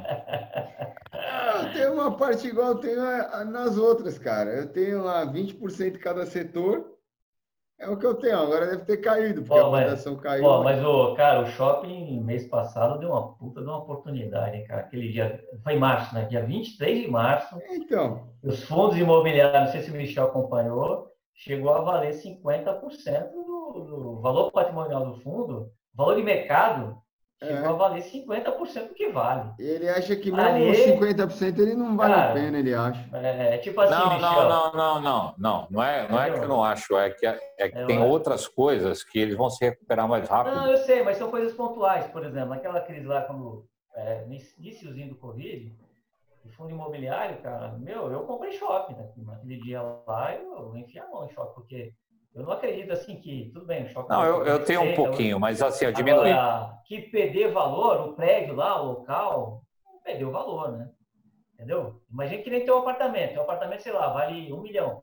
Speaker 2: Eu tenho uma parte igual eu tenho nas outras, cara. Eu tenho lá 20% de cada setor. É o que eu tenho. Agora deve ter caído, porque a cotação caiu.
Speaker 3: Mas cara, o shopping mês passado deu uma puta de uma oportunidade, hein, cara. Aquele dia, foi em março, né? Dia 23 de março.
Speaker 2: Então.
Speaker 3: Os fundos imobiliários, não sei se o Michel acompanhou, chegou a valer 50% do valor patrimonial do fundo, valor de mercado, chegou a valer 50% do que vale.
Speaker 2: Ele acha que mesmo os 50% ele não vale a pena, ele acha.
Speaker 3: Tipo assim, Michel.
Speaker 4: Não é que eu não acho, é que tem outras coisas que eles vão se recuperar mais rápido.
Speaker 3: Não, eu sei, mas são coisas pontuais. Por exemplo, aquela crise lá, quando, no iniciozinho do Covid, o fundo imobiliário, cara, eu comprei shopping, né? Naquele dia lá, eu enfiei a mão em shopping, porque eu não acredito assim que, tudo bem, o shopping...
Speaker 4: Não, eu tenho um pouquinho, mas assim, eu diminui.
Speaker 3: Agora, que perder valor, o prédio lá, o local, perdeu valor, né? Entendeu? Imagina que nem tem um apartamento. Um apartamento, sei lá, vale 1 milhão.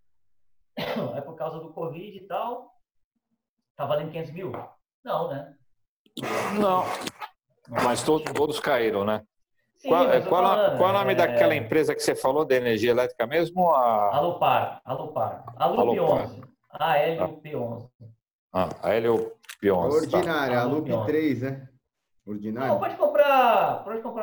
Speaker 3: Aí por causa do Covid e tal, tá valendo 500 mil? Não, né?
Speaker 4: Não. Mas todos caíram, né?
Speaker 3: Sim,
Speaker 4: qual é o nome daquela empresa que você falou de energia elétrica mesmo?
Speaker 3: Alupar. Alup 11. ALUP 11.
Speaker 4: ALUP 11.
Speaker 2: A ordinária,
Speaker 3: tá.
Speaker 2: a Loop 3, né? Ordinária.
Speaker 3: Não, pode comprar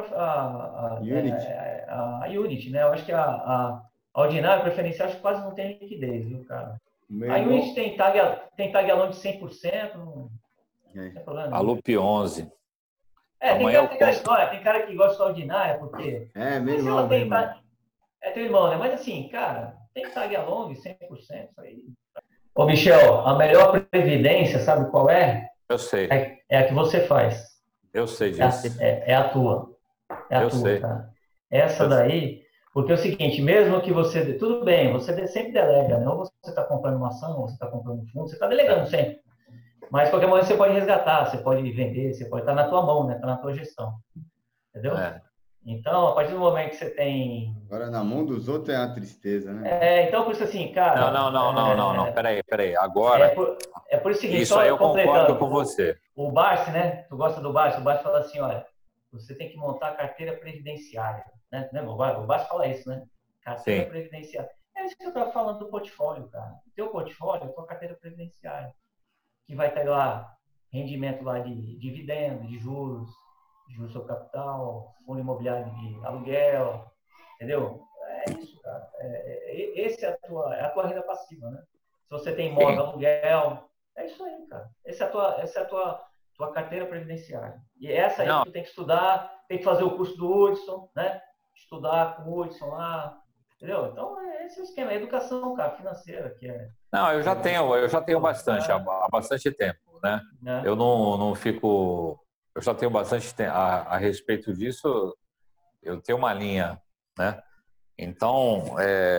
Speaker 3: a
Speaker 2: Unity.
Speaker 3: A Unity, né? Eu acho que a ordinária preferencial acho que quase não tem liquidez, viu, cara? A Unity tem tag along de 100%, não tem problema.
Speaker 4: A Loop 11.
Speaker 3: Tem aquela história, tem cara que gosta da ordinária, porque...
Speaker 2: meu irmão.
Speaker 3: Teu irmão, né? Mas assim, cara, tem tag along 100%, isso aí. Ô, Michel, a melhor previdência, sabe qual é?
Speaker 4: Eu sei.
Speaker 3: É a que você faz.
Speaker 4: Eu sei disso.
Speaker 3: É a tua.
Speaker 4: Eu sei.
Speaker 3: Tá? Essa daí, porque é o seguinte, mesmo que você... Tudo bem, você sempre delega, né? Ou você está comprando uma ação, ou você está comprando um fundo, você está delegando sempre. Mas, de qualquer momento, você pode resgatar, você pode vender, você pode estar na tua mão, né? Está na tua gestão. Entendeu? Então, a partir do momento que você tem...
Speaker 2: Agora, na mão dos outros é uma tristeza, né?
Speaker 3: Então, por isso assim, cara...
Speaker 4: Não. Peraí. Agora...
Speaker 3: É por isso o seguinte,
Speaker 4: isso aí eu concordo com você.
Speaker 3: O Barsi, né? Tu gosta do Barsi? O Barsi fala assim, olha, você tem que montar a carteira previdenciária. Né? O Barsi fala isso, né? Carteira previdenciária. É isso que eu estava falando do portfólio, cara. O teu portfólio é a tua carteira previdenciária. Que vai ter lá rendimento lá de dividendos, de juros sobre capital, fundo imobiliário de aluguel, entendeu? É isso, cara. Esse é a tua renda passiva, né? Se você tem imóvel, aluguel, é isso aí, cara. Essa é a tua carteira previdenciária. E essa aí tu tem que estudar, tem que fazer o curso do Hudson, né? Estudar com o Hudson lá, entendeu? Então, esse é o esquema, é educação, cara, financeira, que é...
Speaker 4: Não, eu já tenho bastante, há bastante tempo, né? Eu não fico... Eu já tenho bastante tempo a respeito disso, eu tenho uma linha, né? Então,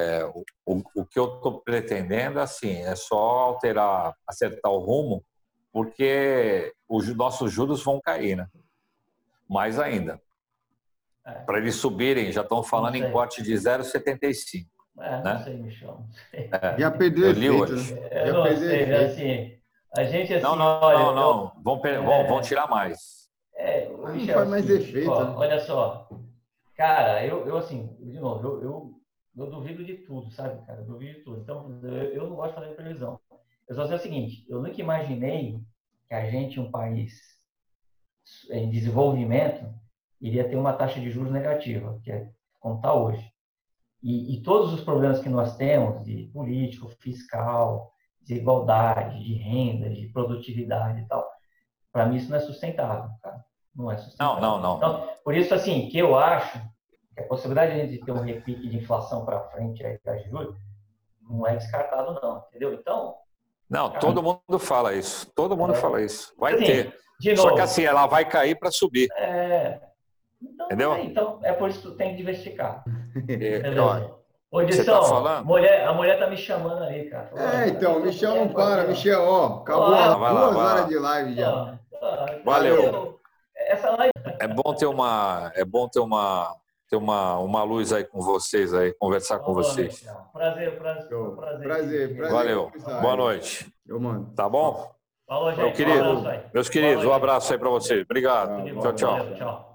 Speaker 4: o que eu estou pretendendo assim, é só acertar o rumo, porque os nossos juros vão cair, né? Mais ainda. Para eles subirem, já estão falando em corte de 0,75.
Speaker 3: Não sei, Michel. Não sei.
Speaker 2: Já perdeu efeito, né?
Speaker 3: Eu não sei, assim, a gente assim,
Speaker 4: não. Vão tirar mais.
Speaker 3: Michel,
Speaker 2: não faz mais efeito. Né?
Speaker 3: Olha só, cara, eu assim, de novo, eu duvido de tudo, sabe, cara? Eu duvido de tudo. Então, eu não gosto de fazer previsão. Eu só sei o seguinte, eu nunca imaginei que a gente, um país em desenvolvimento, iria ter uma taxa de juros negativa, que é como está hoje. E todos os problemas que nós temos, de político, fiscal, desigualdade, de renda, de produtividade e tal, para mim isso não é sustentável, cara. Não é sustentável.
Speaker 4: Não.
Speaker 3: Então, por isso, assim, que eu acho que a possibilidade de a gente ter um repique de inflação para frente aí, taxa de juros, não é descartado, não, entendeu? Então.
Speaker 4: Não, cara, todo mundo fala isso. Todo mundo fala isso. Vai
Speaker 3: assim,
Speaker 4: ter.
Speaker 3: De novo,
Speaker 4: só que assim, ela vai cair para subir.
Speaker 3: Então,
Speaker 4: entendeu?
Speaker 3: Então, é por isso que tu tem que diversificar.
Speaker 4: Ô, Edson, tá
Speaker 3: a mulher tá me chamando ali, cara.
Speaker 2: Então, Michel não para. Michel, acabou as 2 horas de live já.
Speaker 4: Valeu.
Speaker 3: Essa live...
Speaker 4: É bom ter uma luz aí com vocês, aí, conversar com vocês.
Speaker 3: Prazer.
Speaker 4: Valeu. Boa noite.
Speaker 2: Eu mando.
Speaker 4: Tá bom?
Speaker 3: Falou, gente.
Speaker 4: Meus queridos, um abraço aí para vocês. Obrigado.
Speaker 3: Tchau.